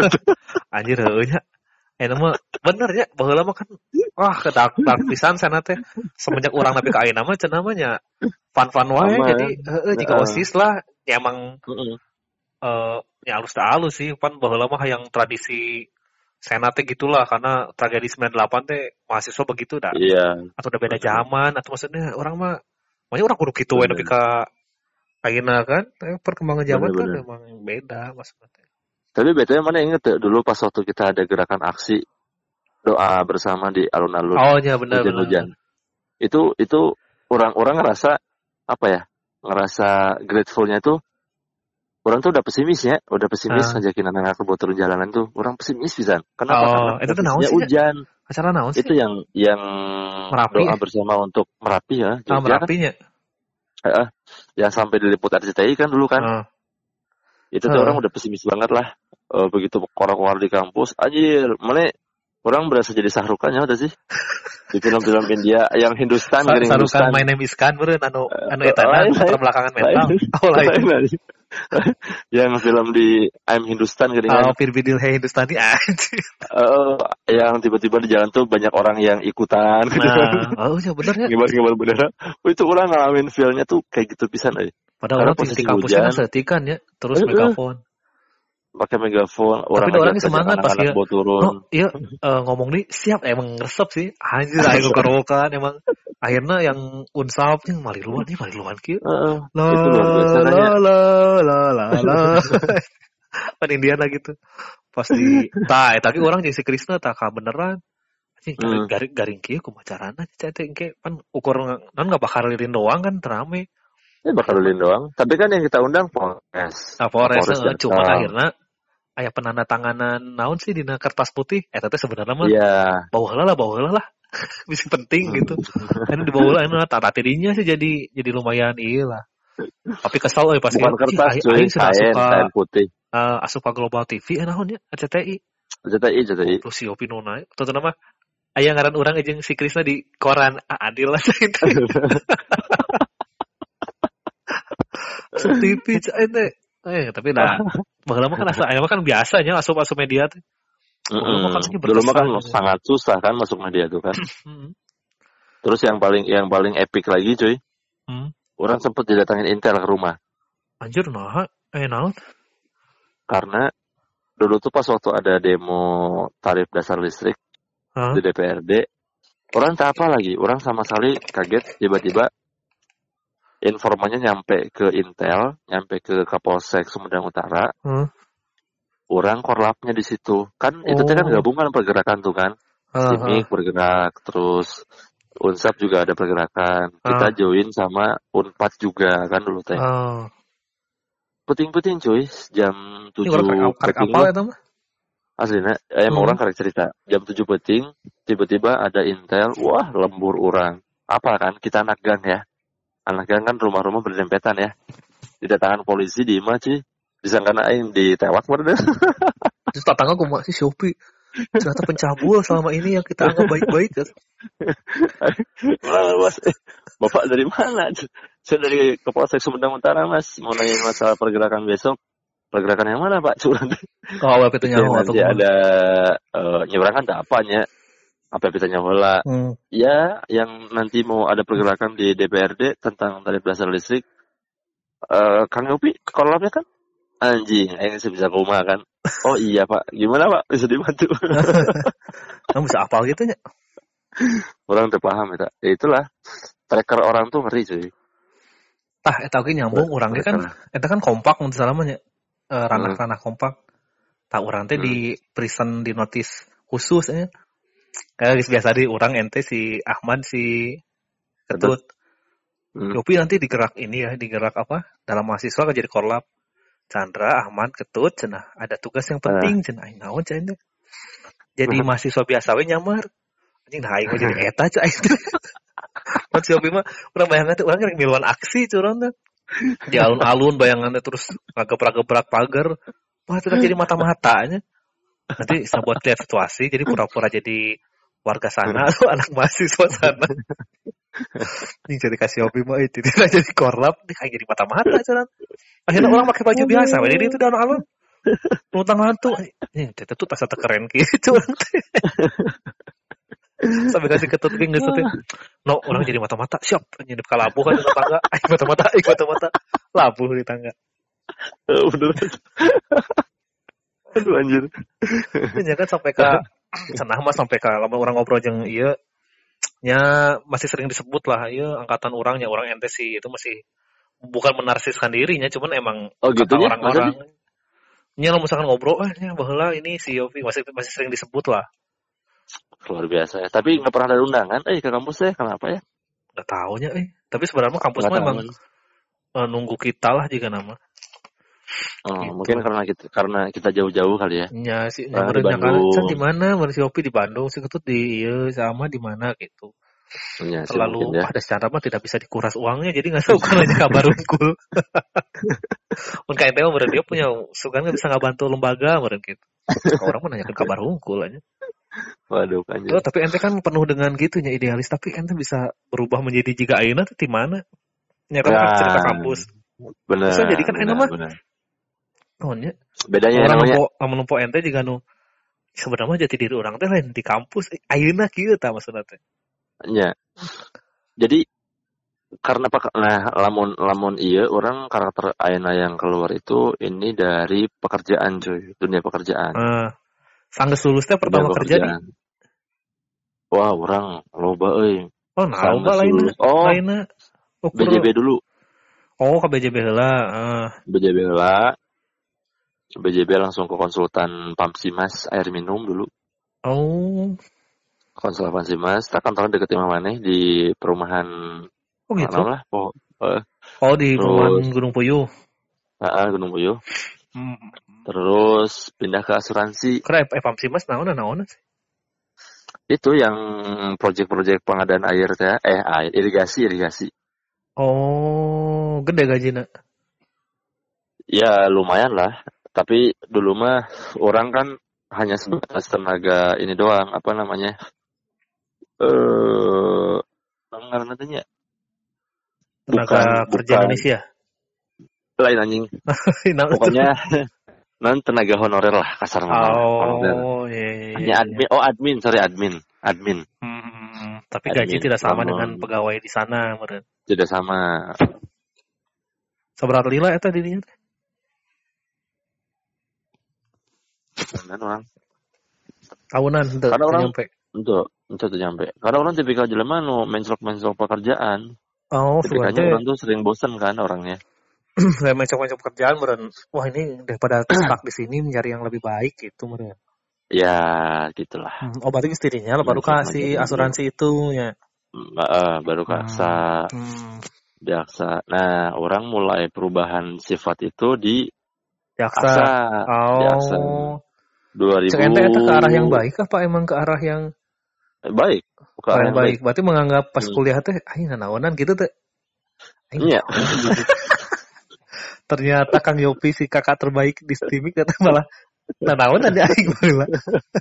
Anjir heunya. Eh mah bener ya, baheula mah kan wah kedak dak pisan sana teh. Semenjak urang nepi ka ayeuna mah cenah mah nya fun-fun wae Aman. jadi heeh jika Heeh. OSIS lah ya emang Heeh. eh ya halus teh halus sih pan baheula mah yang tradisi senat teh gitulah karena tragedi sembilan puluh delapan teh mahasiswa begitu dah Iya. atau udah beda Bener. zaman atau maksudnya orang mah makanya orang kudu kitu we Bener. nepi ka ayeuna kan eh, perkembangan zaman kan Bener-bener. memang beda maksudnya teh. Tapi betulnya mana inget tuh dulu pas waktu kita ada gerakan aksi doa bersama di alun-alun Oh iya benar benar. hujan-hujan. Itu itu orang-orang ngerasa apa ya? Ngerasa gratefulnya tuh orang tuh udah pesimis ya, udah pesimis Ah. ngajakin anak-anak buat turun jalanan tuh. Orang pesimis pisan. Kenapa? Oh, Karena itu tuh naon posisinya sih, Nya? hujan. Acara naon sih? Itu yang yang Merapi, doa ya? bersama untuk Merapi ya. Ah, Jogja kan. Merapinya. Heeh. Yang sampai diliput R C T I kan dulu kan. Ah. Itu tuh Heeh. orang udah pesimis banget lah. Eh, begitu korak-korak di kampus, anjir, mana orang berasa jadi sahrukannya udah sih. Di film-film India yang Hindustan, Sa- gering Sarukan Hindustan. My Name is Khan beureun anu anu Eh, eta lain, lain. terbelakangan mental. Lain. Oh lain. Lain, lain. Yang film di I'm Hindustan gering Oh, Firbidil Hey Hindustani anjir. Eh, yang tiba-tiba di jalan tuh banyak orang yang ikutan gitu. Nah, oh ya bener ya. Ngebar-ngebar bendera. Oh, itu orang ngalamin feel-nya tuh kayak gitu pisan aja. Padahal orang Karena di posisi kampusnya kan hujan. seetikan ya, terus Eh, eh. megafon. Pakai megafon, orang Tapi orangnya ngajak semangat pas anak-anak dia. buat turun. No, iya eh, ngomong nih siap emang ngeresep sih. Anjir aing kerokan emang akhirnya yang unsap nih mari luan nih mari luan kieu. Heeh. La Itu luar biasa la nanya. la la la la. Kan Indiana gitu. Pasti tah eta ge urang jeung si Krisna tah ka beneran. Anjing Hmm. garing garing kieu kumaha carana cenah teh engke kan ukur naon enggak bakal lilin doang kan terame. Ya bakal lulin doang. Tapi kan yang kita undang Polres. Nah, Polres Polres heeh, cuman Jaksel. akhirna aya penanda tanganan naon sih dina kertas putih eta teh sebenarnya mah Iya. bawa heula lah bawa heula lah. Bisa penting gitu. Kan di bawah lah tata tadinya sih jadi jadi lumayan iya lah. Tapi kesal euy pas Bukan ieu, kertas ih, cuy, aing cenah kain, asupa kain putih. uh, asupa Global T V eh naon ya R C T I. J T I, J T I. Terus si Opi Nona. Tonton nama aya ngaran urang jeung si Krisna di koran ah, adil lah itu. Asup T V cai teh. Eh tapi dah baheula mah kan asa aya mah kan biasanya asup-asup media teh. Baheula mah kan Mm-mm. Dulu mah kan berkesan. sangat susah kan masuk media tuh kan. Hmm. Terus yang paling yang paling epic lagi cuy, Hmm. orang sempat didatangin Intel ke rumah Anjir nah, eh naon? karena dulu tuh pas waktu ada demo tarif dasar listrik Hah? di D P R D, orang tak apa lagi, orang sama sekali kaget tiba-tiba informanya nyampe ke Intel, nyampe ke Kapolsek Sumedang Utara, Hah? orang korlapnya di situ. Kan itu teh kan Oh. gabungan pergerakan tuh kan. Ah, Simik bergerak, terus Unsap juga ada pergerakan. Kita Ah. join sama Unpad juga kan dulu teh. ah. Puting-puting cuy, jam Ini tujuh orang karek peting apal lah. eta mah? Aslinya, eh, emang Hmm. orang karek cerita. Jam tujuh peting, tiba-tiba ada Intel, wah lembur orang. Apa kan, kita anak gang ya. Anak gang kan rumah-rumah berdempetan ya. Didatangan polisi di imah cuy. Disangkana aing ditewak berda. Terus tetangga kumaha sih Shopee? Ternyata pencabul selama ini yang kita anggap baik-baik kan. Malah mas, eh, bapak dari mana? Saya dari Kapolsek Sumedang Utara mas, mau nanya masalah pergerakan besok. Pergerakan yang mana pak? Curang. Oh, awal kita Yang nyawa atau nanti ada uh, nyebrang kan ada apanya? Apa kita nyawa? Hmm. Ya, yang nanti mau ada pergerakan di D P R D tentang tarif dasar listrik. Uh, Kang Yopi, kolabnya kan? Anjing, aing bisa rumah kan? Oh iya pak, gimana pak? Bisa dibantu? Kamu bisa apal gitu ya? Orang terpaham ya, ya itulah. Tracker orang tuh ngeri cuy. Tah, eta oge nyambung urang ge kan eta kan kompak mun salah mah nya. Eh, ranah-ranah kompak. Tah urang teh Hmm. di prison di notis khusus nya. Kayak geus biasa di urang ente si Ahmad si Ketut. Hmm. Yopi nanti digerak ini ya, digerak apa? Dalam mahasiswa kan jadi korlap. Chandra, Ahmad, Ketut, cenah ada tugas yang penting, cenah aing naon cenah. Jadi mahasiswa biasa we nyamar. Anjing nah aing mah jadi eta cenah aing. Mun si Yopi mah urang bayangan teh urang rek miluan aksi curang teh. Di alun-alun bayangannya terus ngageprak-geprak pagar. Wah, itu jadi mata-matanya. Nanti saya buat lihat situasi, jadi pura-pura jadi warga sana atau anak mahasiswa sana. Ini jadi kasih hobi mah itu tidak jadi korlap, nih kayak jadi mata-mata curang. Akhirnya orang pakai baju biasa, jadi itu dalam alun. Nutang hantu, ini itu tuh tas keren gitu. Sampai kasih ketut king gitu tuh. No, orang jadi mata-mata, siap nyedip ka labuh kan di tangga. Aing mata-mata, aing mata-mata. Labuh di tangga. Oh, bener. Aduh anjir. Ya kan sampai ke cenah mah sampai ke lama orang ngobrol jeung ieu nya masih sering disebut lah ieu angkatan orangnya orang ente sih itu masih bukan menarsiskan dirinya cuman emang Oh gitu ya? orang-orang nya kalau misalkan ngobrol ah nya baheula ini si Yofi masih masih sering disebut lah. Luar biasa ya. Tapi nggak pernah ada undangan. Eh ke kampus ya kenapa ya? Nggak tahu nya eh. Tapi sebenarnya kampus mah emang uh, nunggu kita lah jika nama. Oh, Gitu. mungkin karena kita karena kita jauh-jauh kali ya. Nya si Orang di nyamperin kan Bandung. di mana? Mana si Yofi di Bandung, si Ketut di ieu sama di mana gitu. Ya, sih Terlalu mungkin ya. ada secara mah tidak bisa dikuras uangnya jadi nggak tahu kan aja kabar unggul. Mun K N T mah meureun dia punya sugan nggak bisa ngabantu lembaga meureun gitu. Orang mah nanyakeun kabar unggul aja. Waduh anjir. Oh, tapi ente kan penuh dengan gitunya idealis tapi ente bisa berubah menjadi jiga ayeuna teh di mana? Nya kan Ya. cerita kampus. Benar. Bisa jadi kan benar, enak mah. benar. Oh nya. Bedanya Orang namanya. nempo lamun nempo ente juga nu sebenarnya jati diri orang teh lain di kampus ayeuna kieu tah maksudna teh. Ya. Jadi karena pak nah lamun lamun iya orang karakter Aina yang keluar itu ini dari pekerjaan cuy, dunia pekerjaan. Uh, sanggeus lulus teh pertama Dunia kerja di pekerjaan. Wah, orang loba euy. oh nah Sanggeus loba lainna lulus. Oh, lainna B J B dulu. oh ka B J B heula uh. B J B heula. B J B langsung ke konsultan Pamsimas air minum dulu. Oh, Konsultan Pamsimas, tak kantornya deket Imam Maneh di perumahan oh mana gitu. lah, oh, eh, Oh di perumahan terus Gunung Puyuh. ah, Gunung Puyuh. Hmm. Terus pindah ke asuransi. Kira eh Pamsimas naon naon sih? Itu yang proyek-proyek pengadaan air teh, eh air irigasi irigasi. Oh, gede gajinya. Ya lumayan lah. Tapi dulu mah orang kan hanya sebatas tenaga ini doang, apa namanya? Eh, uh, nantinya. Tenaga Bukan kerja bukan Indonesia. lain anjing. Pokoknya non tenaga honorer lah kasar nama honorer. Oh, iya, iya, Hanya iya. admin, oh admin, sorry admin, admin. Hmm, tapi gaji Admin. tidak sama Namun, dengan pegawai di sana, meren. tidak sama. Seberapa lila eta dirinya teh? Dan orang Tahunan henteu Karena orang nyampe. untuk untuk nyampe. Karena orang tipikal jelema nu menclok-menclok pekerjaan. Oh, Tipikalnya sebenarnya orang tuh sering bosan kan orangnya. saya mencok-mencok pekerjaan meren. Wah, ini daripada stuck di sini mencari yang lebih baik gitu meren. Ya, gitulah. Hmm, oh, berarti istrinya baru kasih asuransi itu ya. Uh, baru kaksa, Hmm. jaksa. Nah, orang mulai perubahan sifat itu di Jaksa. Aksa. Oh. Di Aksa. dua ribu Cek ente itu ke arah yang baik apa emang ke arah yang baik? Ke arah arah yang baik. baik. Berarti menganggap pas hmm. kuliah teh aing naonan gitu teh. Iya. Ternyata Kang Yopi si kakak terbaik di streaming kata malah naonan ya aing malah.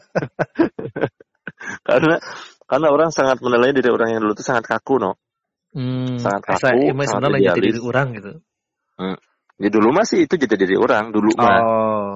karena karena orang sangat menilai diri orang yang dulu itu sangat kaku, no. Hmm, sangat kaku, sangat sangat idealis. Jadi diri orang gitu. Hmm. Ya dulu mah sih itu jadi diri orang dulu mah. Oh.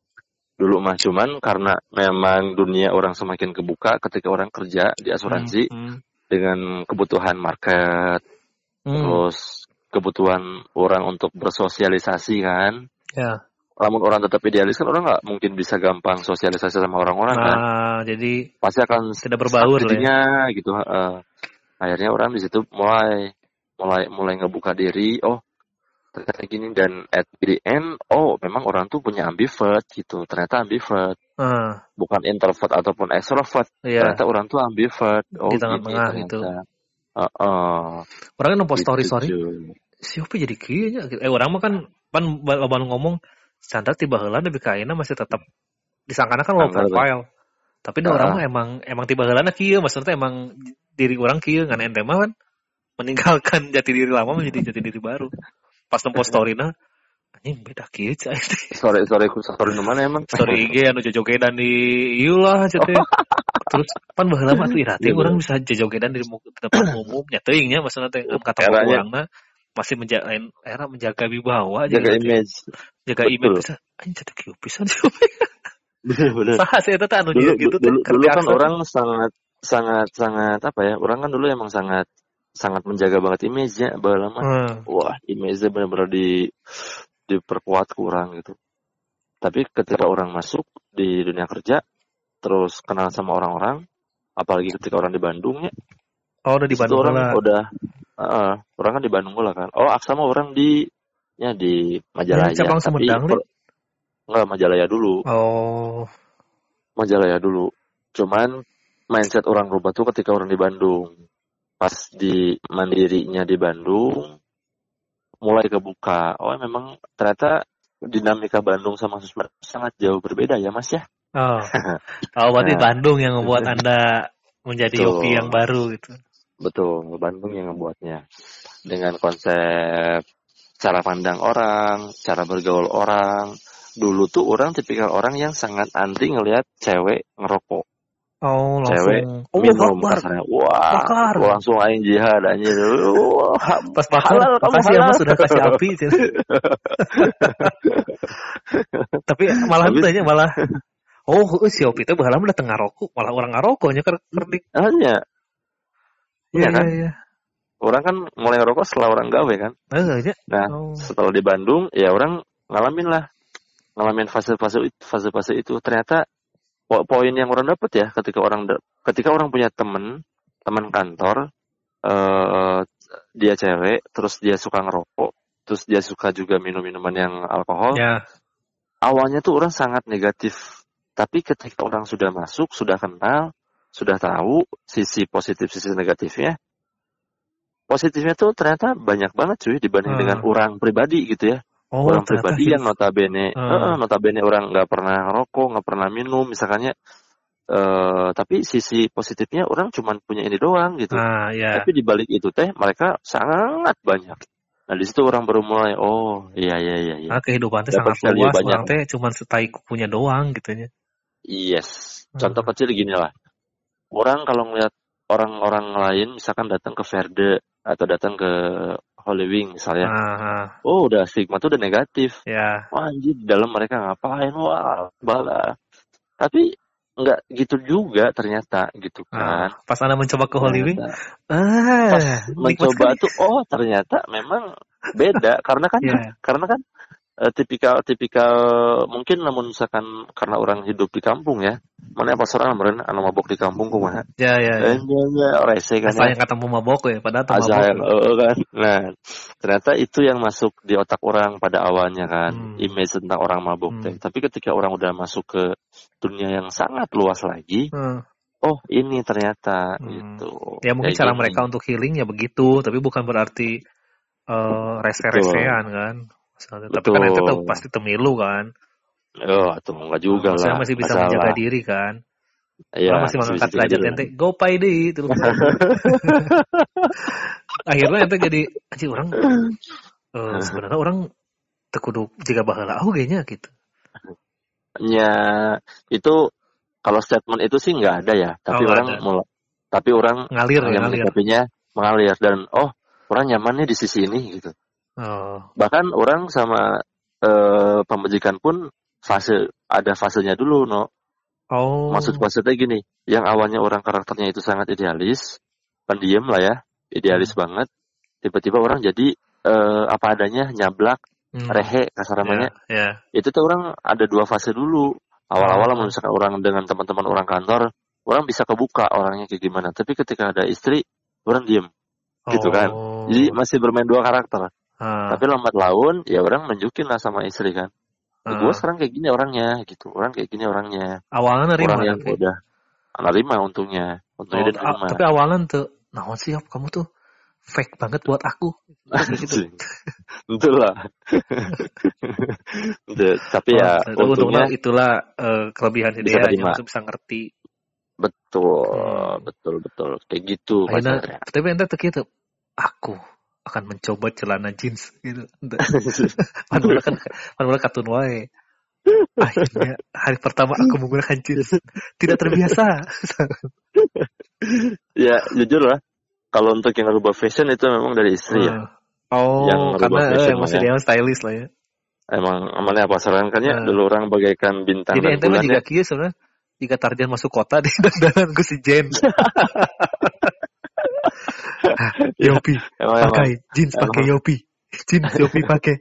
Dulu mah cuman karena memang dunia orang semakin kebuka ketika orang kerja di asuransi hmm, hmm. dengan kebutuhan market, hmm. terus kebutuhan orang untuk bersosialisasi kan. Ya. Namun orang tetap idealis kan orang nggak mungkin bisa gampang sosialisasi sama orang-orang nah, kan. Jadi pasti akan tidak berbaur lah ya. Gitu. Uh, akhirnya orang di situ mulai mulai mulai ngebuka diri. Oh. Ternyata gini dan at the end oh memang orang tuh punya ambivert gitu ternyata ambivert uh. bukan introvert ataupun extrovert yeah. Ternyata orang tuh ambivert oh di tengah-tengah itu uh, uh, orang kan ngepost gitu, story story siapa jadi kayaknya eh orang mah kan pan baru ngomong standar tiba heula lebih kaina masih tetap disangkana kan low profile tapi uh. orang mah emang emang tiba heula kieu maksudnya emang diri orang kieu ngan ente mah kan meninggalkan jati diri lama menjadi jati diri baru. Pas tempo story na anjing beda kieu cai. Story story story nu mana emang? Story I G anu jojogedan di ieu lah cenah. Terus pan baheula mah tuh irati urang bisa jojogedan di tempat umum nya teuing nya maksudna teh kata urangna masih menjaga era menjaga wibawa jaga image. Jaga image bisa anjing cenah kieu pisan sih. Bener-bener. Saha sih eta teh anu gitu teh. Dulu kan orang sangat sangat sangat apa ya? Orang kan dulu emang sangat sangat menjaga banget image-nya lama. Hmm. Wah, image-nya benar-benar di diperkuat kurang gitu. Tapi ketika orang masuk di dunia kerja, terus kenal sama orang-orang, apalagi ketika orang di Bandung ya. Oh, udah di Bandung orang lah. Udah uh, orang kan di Bandung lah kan. Oh, Aksa mah orang di ya di Majalaya. Ya, Cabang Sumedang nih. Enggak, Majalaya dulu. Oh. Majalaya dulu. Cuman mindset orang rubah tuh ketika orang di Bandung. Pas di mandirinya di Bandung mulai kebuka. Oh memang ternyata dinamika Bandung sama Sumedang sangat jauh berbeda ya Mas ya. Oh, oh berarti nah, Bandung yang membuat Anda menjadi Yopi yang baru gitu. Betul, Bandung yang membuatnya dengan konsep cara pandang orang, cara bergaul orang. Dulu tuh orang tipikal orang yang sangat anti ngelihat cewek ngerokok. Oh, langsung. Cewek oh, minum bakar. Kasarnya. Wah, bakar. Langsung aing jihad anjir. Wah, pas bakar, halal, kamu kasih halal. Sudah kasih api. Tapi malah tanya malah oh, si Yopi itu bahala udah tengah rokok, malah orang ngarokoknya kerdik. Hanya. Iya kan? Iya, iya. Orang kan mulai ngerokok setelah orang gawe kan. Oh, iya. Nah, oh. Setelah di Bandung, ya orang ngalamin lah. Ngalamin fase-fase fase-fase itu ternyata poin yang orang dapat ya ketika orang ketika orang punya teman teman kantor uh, dia cewek terus dia suka ngerokok terus dia suka juga minum minuman yang alkohol ya. awalnya tuh orang sangat negatif. Tapi ketika orang sudah masuk, sudah kenal, sudah tahu sisi positif, sisi negatifnya, positifnya tuh ternyata banyak banget cuy dibanding Hmm. dengan orang pribadi gitu ya. Oh, Orang ternyata pribadi yang hits. notabene, Hmm. eh, notabene orang nggak pernah ngerokok, nggak pernah minum, misalkannya. eh tapi sisi positifnya orang cuma punya ini doang gitu. Ah, ya. Tapi di balik itu teh mereka sangat banyak. Nah di situ orang baru mulai, oh iya iya iya iya. Ah, kehidupan teh Dapat sangat value luas, banyak. orang teh cuma setai kukunya doang gitu nya. Yes. Contoh Hmm. kecil gini lah. Orang kalau ngeliat orang-orang lain misalkan datang ke Verde atau datang ke Holy Wing misalnya, Ah, ah, oh udah stigma tuh udah negatif. ya. Wah anjir di dalam mereka ngapain, wah bala. Tapi nggak gitu juga ternyata gitu kan. Ah, pas Anda mencoba ke Holy Wing, Ternyata pas ah, nikmat mencoba sekali. tuh, oh ternyata memang beda karena kan Ya. karena kan eh, tipikal tipikal mungkin namun misalkan karena orang hidup di kampung ya, mana pas orang meren anu mabok di kampung kumaha. Ya, ya, Eh, ya. enggak rese kan Asal ya. yang ketemu mabok ya, padahal tuh Asal mabok. yang eh, kan. Nah, ternyata itu yang masuk di otak orang pada awalnya kan, Hmm. image tentang orang mabuk Hmm. teh. Tapi ketika orang udah masuk ke dunia yang sangat luas lagi, Hmm. oh ini ternyata Hmm. gitu. Ya mungkin Kayak cara gini. mereka untuk healing ya begitu, tapi bukan berarti eh rese-resean kan. Misalnya. Tapi kan ente tuh Betul. pasti temilu kan. Oh, itu enggak juga Maksudnya lah. masih bisa Masalah. menjaga diri kan. Iya, Orang masih masih bisa mengangkat jaga derajat diri ente, lah. go pay deh itu. Akhirnya ente jadi anjing orang eh, sebenarnya orang tekudu jika baheula aku kayaknya gitu. Ya, itu kalau statement itu sih nggak ada ya. Tapi Oh, orang ada. mulai, tapi orang Ngalir ya, hanya ngalir. menyikapinya mengalir dan oh orang nyamannya di sisi ini gitu. Oh. Bahkan orang sama eh, pembajikan pun fase ada fasenya dulu no. Oh. Maksud maksudnya gini, yang awalnya orang karakternya itu sangat idealis, pendiam lah ya, idealis Hmm. banget. Tiba-tiba orang jadi eh, apa adanya, nyablak, Hmm. rehe kasar namanya. Ya, ya. Itu tuh orang ada dua fase dulu. Awal-awal Oh. misalkan orang dengan teman-teman orang kantor, orang bisa kebuka orangnya kayak gimana. Tapi ketika ada istri, orang diem, gitu kan. Jadi Oh. masih bermain dua karakter. Ah. Tapi lambat laun, ya orang nunjukin lah sama istri kan. Ah. Gue sekarang kayak gini orangnya, gitu. Orang kayak gini orangnya. Awalnya nerima Orang yang tapi. udah nerima untungnya. Untungnya Oh, dia a- nerima. tapi awalan tuh, naon sih Yop, kamu tuh fake banget buat aku. Kayak gitu. Betul lah. Betul. Tapi Oh, ya betul. untungnya Untungnya itulah eh, kelebihan si bisa dia, terima. maksud bisa ngerti. Betul, Hmm. betul, betul. Kayak gitu Akhirnya, pacarnya. tapi ente tuh gitu, aku akan mencoba celana jeans gitu. Padahal kan, padahal katun wae. Akhirnya hari pertama aku menggunakan jeans, tidak terbiasa. Ya jujur lah, kalau untuk yang ngerubah fashion itu memang dari istri ya. Oh, Yang ngerubah karena fashion eh, maksud lah ya. dia stylish lah ya. Emang amalnya apa sarankannya Eh. dulu orang bagaikan bintang Jadi dan ente mah bulan juga ya. kieu sebenarnya jika Tarjan masuk kota di dandanan ku si Jen. Ah, Yopi Emang emang pakai jeans pakai emang Yopi. Jeans Yopi pakai.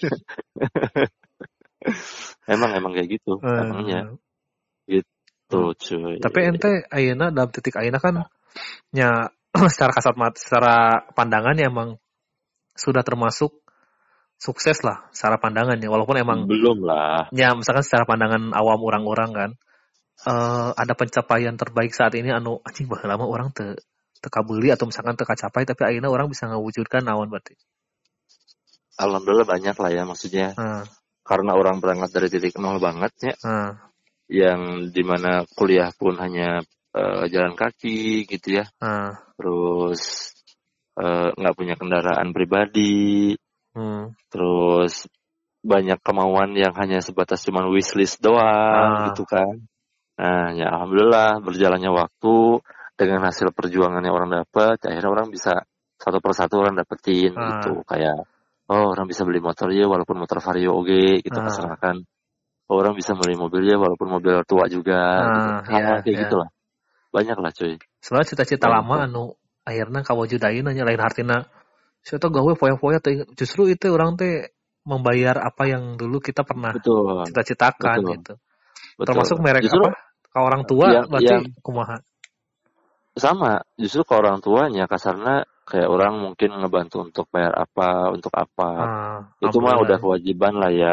emang emang kayak gitu. Eh, Emangnya gitu cuy. Tapi ente ayeuna dalam titik ayeuna kan nya secara kasat mata, secara pandangan ya emang sudah termasuk sukses lah secara pandangan ya, walaupun emang belum lah. ya misalkan secara pandangan awam orang-orang kan eh ada pencapaian terbaik saat ini anu anjing baheula lama orang te tekabeli atau misalkan teka capai tapi akhirnya orang bisa ngewujudkan naon berarti. Alhamdulillah banyak lah ya maksudnya. Nah, Karena orang berangkat dari titik nol banget ya. nah, Yang dimana kuliah pun hanya eh, jalan kaki gitu ya. nah, Terus nggak eh, punya kendaraan pribadi. hmm, Terus banyak kemauan yang hanya sebatas cuma wishlist doang ah, gitu kan. Nah ya alhamdulillah berjalannya waktu dengan hasil perjuangan yang orang dapat, akhirnya orang bisa satu persatu orang dapetin ah, gitu. Kayak oh orang bisa beli motor ya walaupun motor Vario oge gitu ah, misalkan. Oh, orang bisa beli mobil ya walaupun mobil tua juga gitu. ah, Hal-hal ya, kayak ya. gitulah. Banyak lah cuy. Sebenarnya cita-cita Banyak lama lah. anu akhirnya kawujudain nya lain artina saya tuh gawe foya-foya teh justru itu orang teh membayar apa yang dulu kita pernah Betul. cita-citakan Betul. gitu. Betul. Termasuk merek Justru apa? Ke orang tua yang berarti yang kumaha? sama justru ke orang tuanya kasarnya kayak orang mungkin ngebantu untuk bayar apa untuk apa Ah, itu mah alhamdulillah udah ya. kewajiban lah ya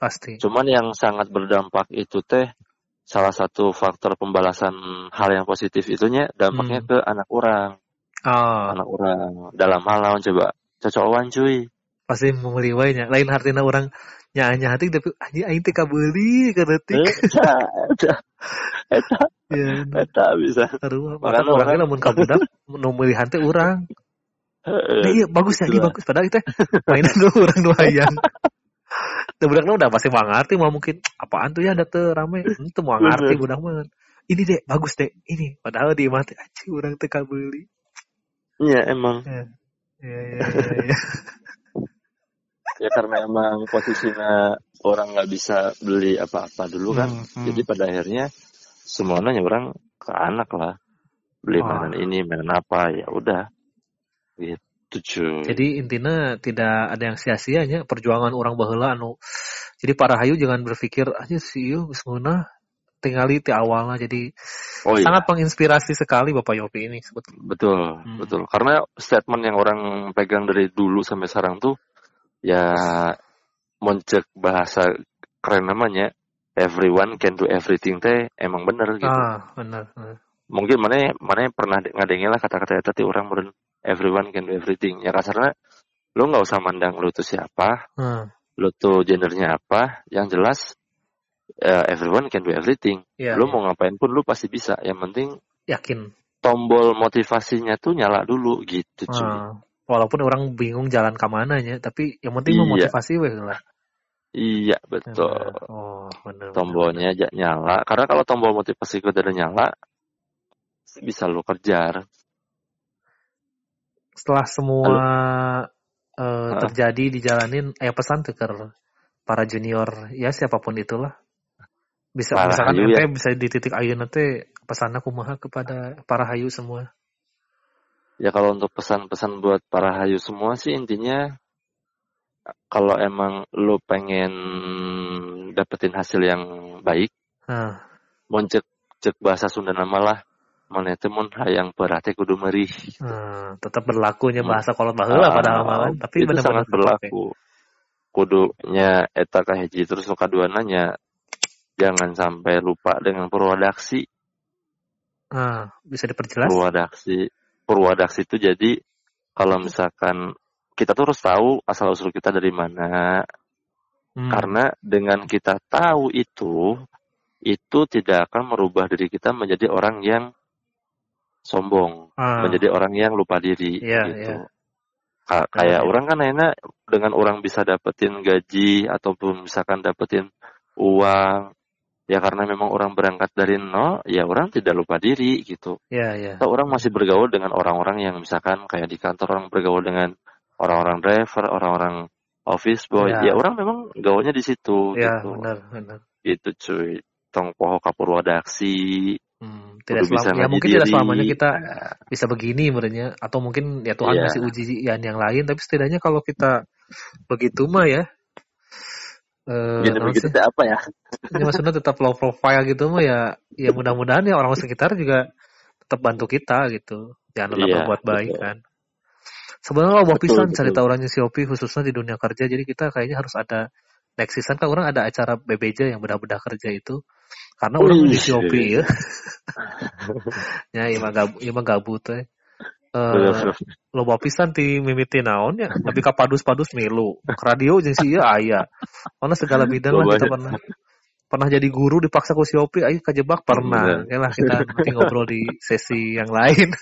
Pasti. Cuman yang sangat berdampak itu teh salah satu faktor pembalasan hal yang positif itunya dampaknya Hmm. ke anak orang. Oh, Anak orang dalam hal lawan coba cocokan cuy. pasti memeliwainya. Lain artinya orang nyanyi hati tapi anjing aing teh kabeli ka detik. Eta, eta, eta, Ya, eta bisa. aduh, Makanya maka orangnya orang- lamun kabudak nu milihan teh urang. Heeh, Nah, iya bagus ya, gitu ini lah. bagus. Padahal teh mainan nu urang nu hayang. Teu budak udah pasti mau ngerti mau mungkin apaan tuh ya ada teu rame. Henteu mau ngerti budak mah. Ini deh bagus deh, ini. Padahal di mati anjing urang teh kabeli. Iya emang. Ya. Ya, ya, ya, ya. Ya karena emang posisinya orang nggak bisa beli apa-apa dulu kan. Hmm, hmm. Jadi pada akhirnya semuanya orang ke anak lah. Beli Wah. mainan ini, mainan apa, ya udah. Gitu cuy. Jadi intinya tidak ada yang sia-sianya perjuangan orang baheula anu. Jadi para hayu jangan berpikir aja sih ieu geus meunah tingali ti awalnya. Jadi Oh iya, sangat menginspirasi sekali Bapak Yopi ini sebetulnya. betul, Hmm. betul. Karena statement yang orang pegang dari dulu sampai sekarang tuh, ya moncek bahasa keren namanya, everyone can do everything teh emang bener gitu. Ah, benar. benar. Mungkin mana mana pernah ngadengin lah kata-kata tadi orang meren everyone can do everything. Ya kasarnya lu nggak usah mandang lu tuh siapa, Hmm. lu tuh gendernya apa, yang jelas eh, everyone can do everything. Iya, Lu iya. mau ngapain pun lu pasti bisa. Yang penting Yakin. tombol motivasinya tuh nyala dulu gitu cuy. Ah. Walaupun orang bingung jalan ke mananya, tapi yang penting Iya. memotivasi weh lah. Iya betul. Oh, benar. Tombolnya aja nyala. Karena kalau tombol motivasi gue udah nyala, bisa lu kejar. Setelah semua eh, Hah? terjadi dijalanin, eh pesan tuh ke para junior ya siapapun itulah. Bisa Para misalkan hayu ente ya. bisa di titik ayeuna teh pesanna kumaha kepada para hayu semua. Ya kalau untuk pesan-pesan buat para hayu semua sih intinya kalau emang lu pengen dapetin hasil yang baik, Nah, mau cek cek bahasa Sunda nama lah, mana itu mun hayang berarti kudu merih. nah, tetap berlakunya Hmm. bahasa kolot baheula Ah, pada amalan, tapi itu benar-benar sangat berlaku. Kudunya eta kahiji terus nu kaduananya jangan sampai lupa dengan purwadaksi. Ah, bisa diperjelas? Purwadaksi, purwadaksi itu jadi kalau misalkan kita tuh harus tahu asal usul kita dari mana. Hmm. Karena dengan kita tahu itu, itu tidak akan merubah diri kita menjadi orang yang sombong, Ah, menjadi orang yang lupa diri Iya, gitu. iya. Ka- kayak Benar, orang kan enak dengan orang bisa dapetin gaji ataupun misalkan dapetin uang, ya karena memang orang berangkat dari nol, ya orang tidak lupa diri gitu. Iya, iya. Atau orang masih bergaul dengan orang-orang yang misalkan kayak di kantor orang bergaul dengan orang-orang driver, orang-orang office boy, Iya. ya orang memang gaulnya di situ Iya, gitu. benar, benar. Itu cuy, tong poho kapurwadaksi. Hmm, tidak Kudu bisa selam- ya ngaji mungkin tidak diri. selamanya kita bisa begini sebenarnya, atau mungkin ya Tuhan Iya. ngasih ujian yang lain, tapi setidaknya kalau kita begitu mah ya eh Gini naon begitu sih? teh apa ya? Ini maksudnya tetap low profile gitu mah ya ya mudah-mudahan ya orang sekitar juga tetap bantu kita gitu, jangan tetap Iya, berbuat baik betul. kan. Sebenarnya loba Betul, pisan betul. cerita orangnya si Opi khususnya di dunia kerja, jadi kita kayaknya harus ada next season kan orang ada acara B B J yang bedah-bedah kerja itu. Karena orang di Wih, Shopee ya. Ya, iya mah gabu, iya mah gabut teh. Eh, loba pisan ti mimiti naon ya, tapi ka padus-padus milu. Ke radio jeung si ieu aya. Mana segala bidang lah kita Loba- pernah. Pernah jadi guru dipaksa ku Shopee, ayo kajebak pernah. Bener. Ya lah kita nanti ngobrol di sesi yang lain.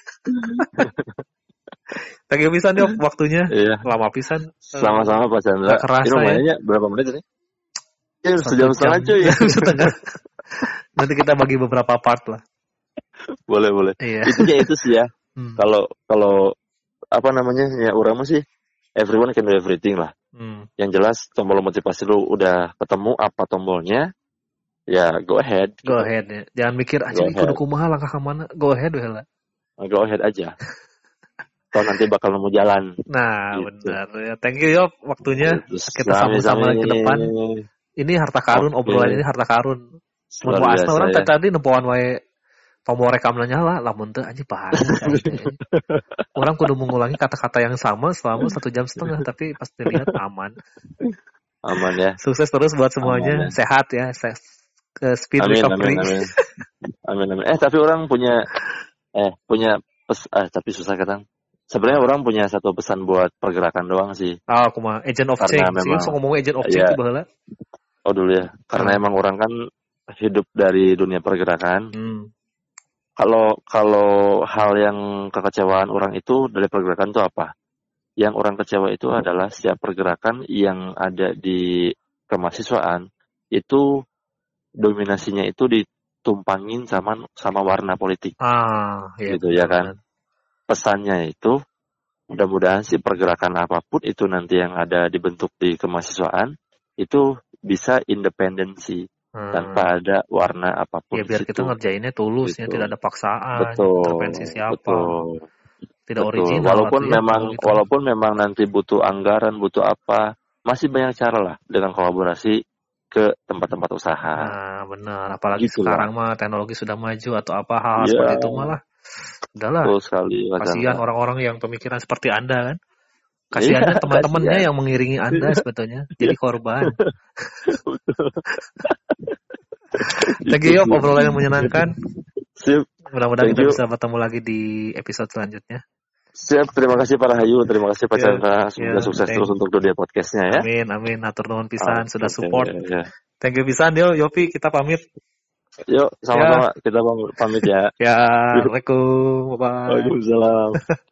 Thank you pisan Diop waktunya. Iya, Lama pisan. sama-sama Pak Chandra. Nggak kerasa Ini ya. lumayan ya, berapa menit ini? Ya, Satu sejam setengah jam. cuy. Setengah. Nanti kita bagi beberapa part lah. Boleh, boleh. Iya. Intinya itu sih ya. Hmm. Kalau kalau apa namanya ya orang mah sih everyone can do everything lah. Hmm. Yang jelas tombol motivasi lu udah ketemu apa tombolnya, ya go ahead. Go gitu. ahead ya. Jangan mikir aja Go kudu ahead. kumaha langkah ke mana. Go ahead we lah. Go ahead aja. Kalau nanti bakal nemu jalan. Nah, Gitu. benar ya. Thank you Yop waktunya. Terus Kita sambung-sambung lagi ke depan. Ini harta karun, Oke. obrolan ini harta karun. Mun Luar waasna biasa orang ya. teh tadi nempoan wae tombol rekamna nyala, lamun teu anjing bahaya. Orang kudu mengulangi kata-kata yang sama selama satu jam setengah, tapi pas dilihat aman. Aman ya. Sukses terus buat semuanya, Aman ya. sehat ya, se- ke speed Amin, recovery. amin, amin. Amin, amin. Eh, tapi orang punya eh punya pes eh tapi susah kadang. Sebenarnya orang punya satu pesan buat pergerakan doang sih. Ah, aku mah agent of Karena change. Sih, memang so ngomong agent of change ya tuh baheula. oh dulu ya. Karena Hmm. emang orang kan hidup dari dunia pergerakan. Hmm. Kalau kalau hal yang kekecewaan orang itu dari pergerakan itu apa? Yang orang kecewa itu adalah setiap pergerakan yang ada di kemahasiswaan itu dominasinya itu ditumpangin sama sama warna politik Ah, ya gitu ya kan. benar. Pesannya itu mudah-mudahan sih pergerakan apapun itu nanti yang ada dibentuk di kemahasiswaan itu bisa independensi Hmm. tanpa ada warna Ya apapun di biar kita situ. ngerjainnya tulus ya, Gitu. tidak ada paksaan, Betul, intervensi siapa, betul, tidak betul. original Walaupun artinya memang kalau gitu. walaupun memang nanti butuh anggaran, butuh apa, masih banyak cara lah dengan kolaborasi ke tempat-tempat usaha. Nah, benar. Apalagi Gitulah. sekarang mah teknologi sudah maju atau apa hal Iya, seperti itu malah. Udahlah, betul sekali, Mas kasihan Anta. orang-orang yang pemikiran seperti Anda kan. Iya, Kasihannya teman-temannya kasihan. yang mengiringi Anda sebetulnya jadi korban. Thank you, Yop, obrolan yang menyenangkan. Sip, Mudah-mudahan thank kita you. bisa bertemu lagi di episode selanjutnya. Siap, terima kasih para Hayu, terima kasih Pak Ya, Chandra. Semoga ya, sukses thank- terus untuk dunia podcastnya ya. Amin, amin. Hatur nuhun pisan Oke, sudah oke, support. ya, ya. Thank you pisan, yo, Yopi, kita pamit. Yuk, sama-sama kita pamit ya. Ya, Assalamualaikum, bye-bye. Waalaikumsalam.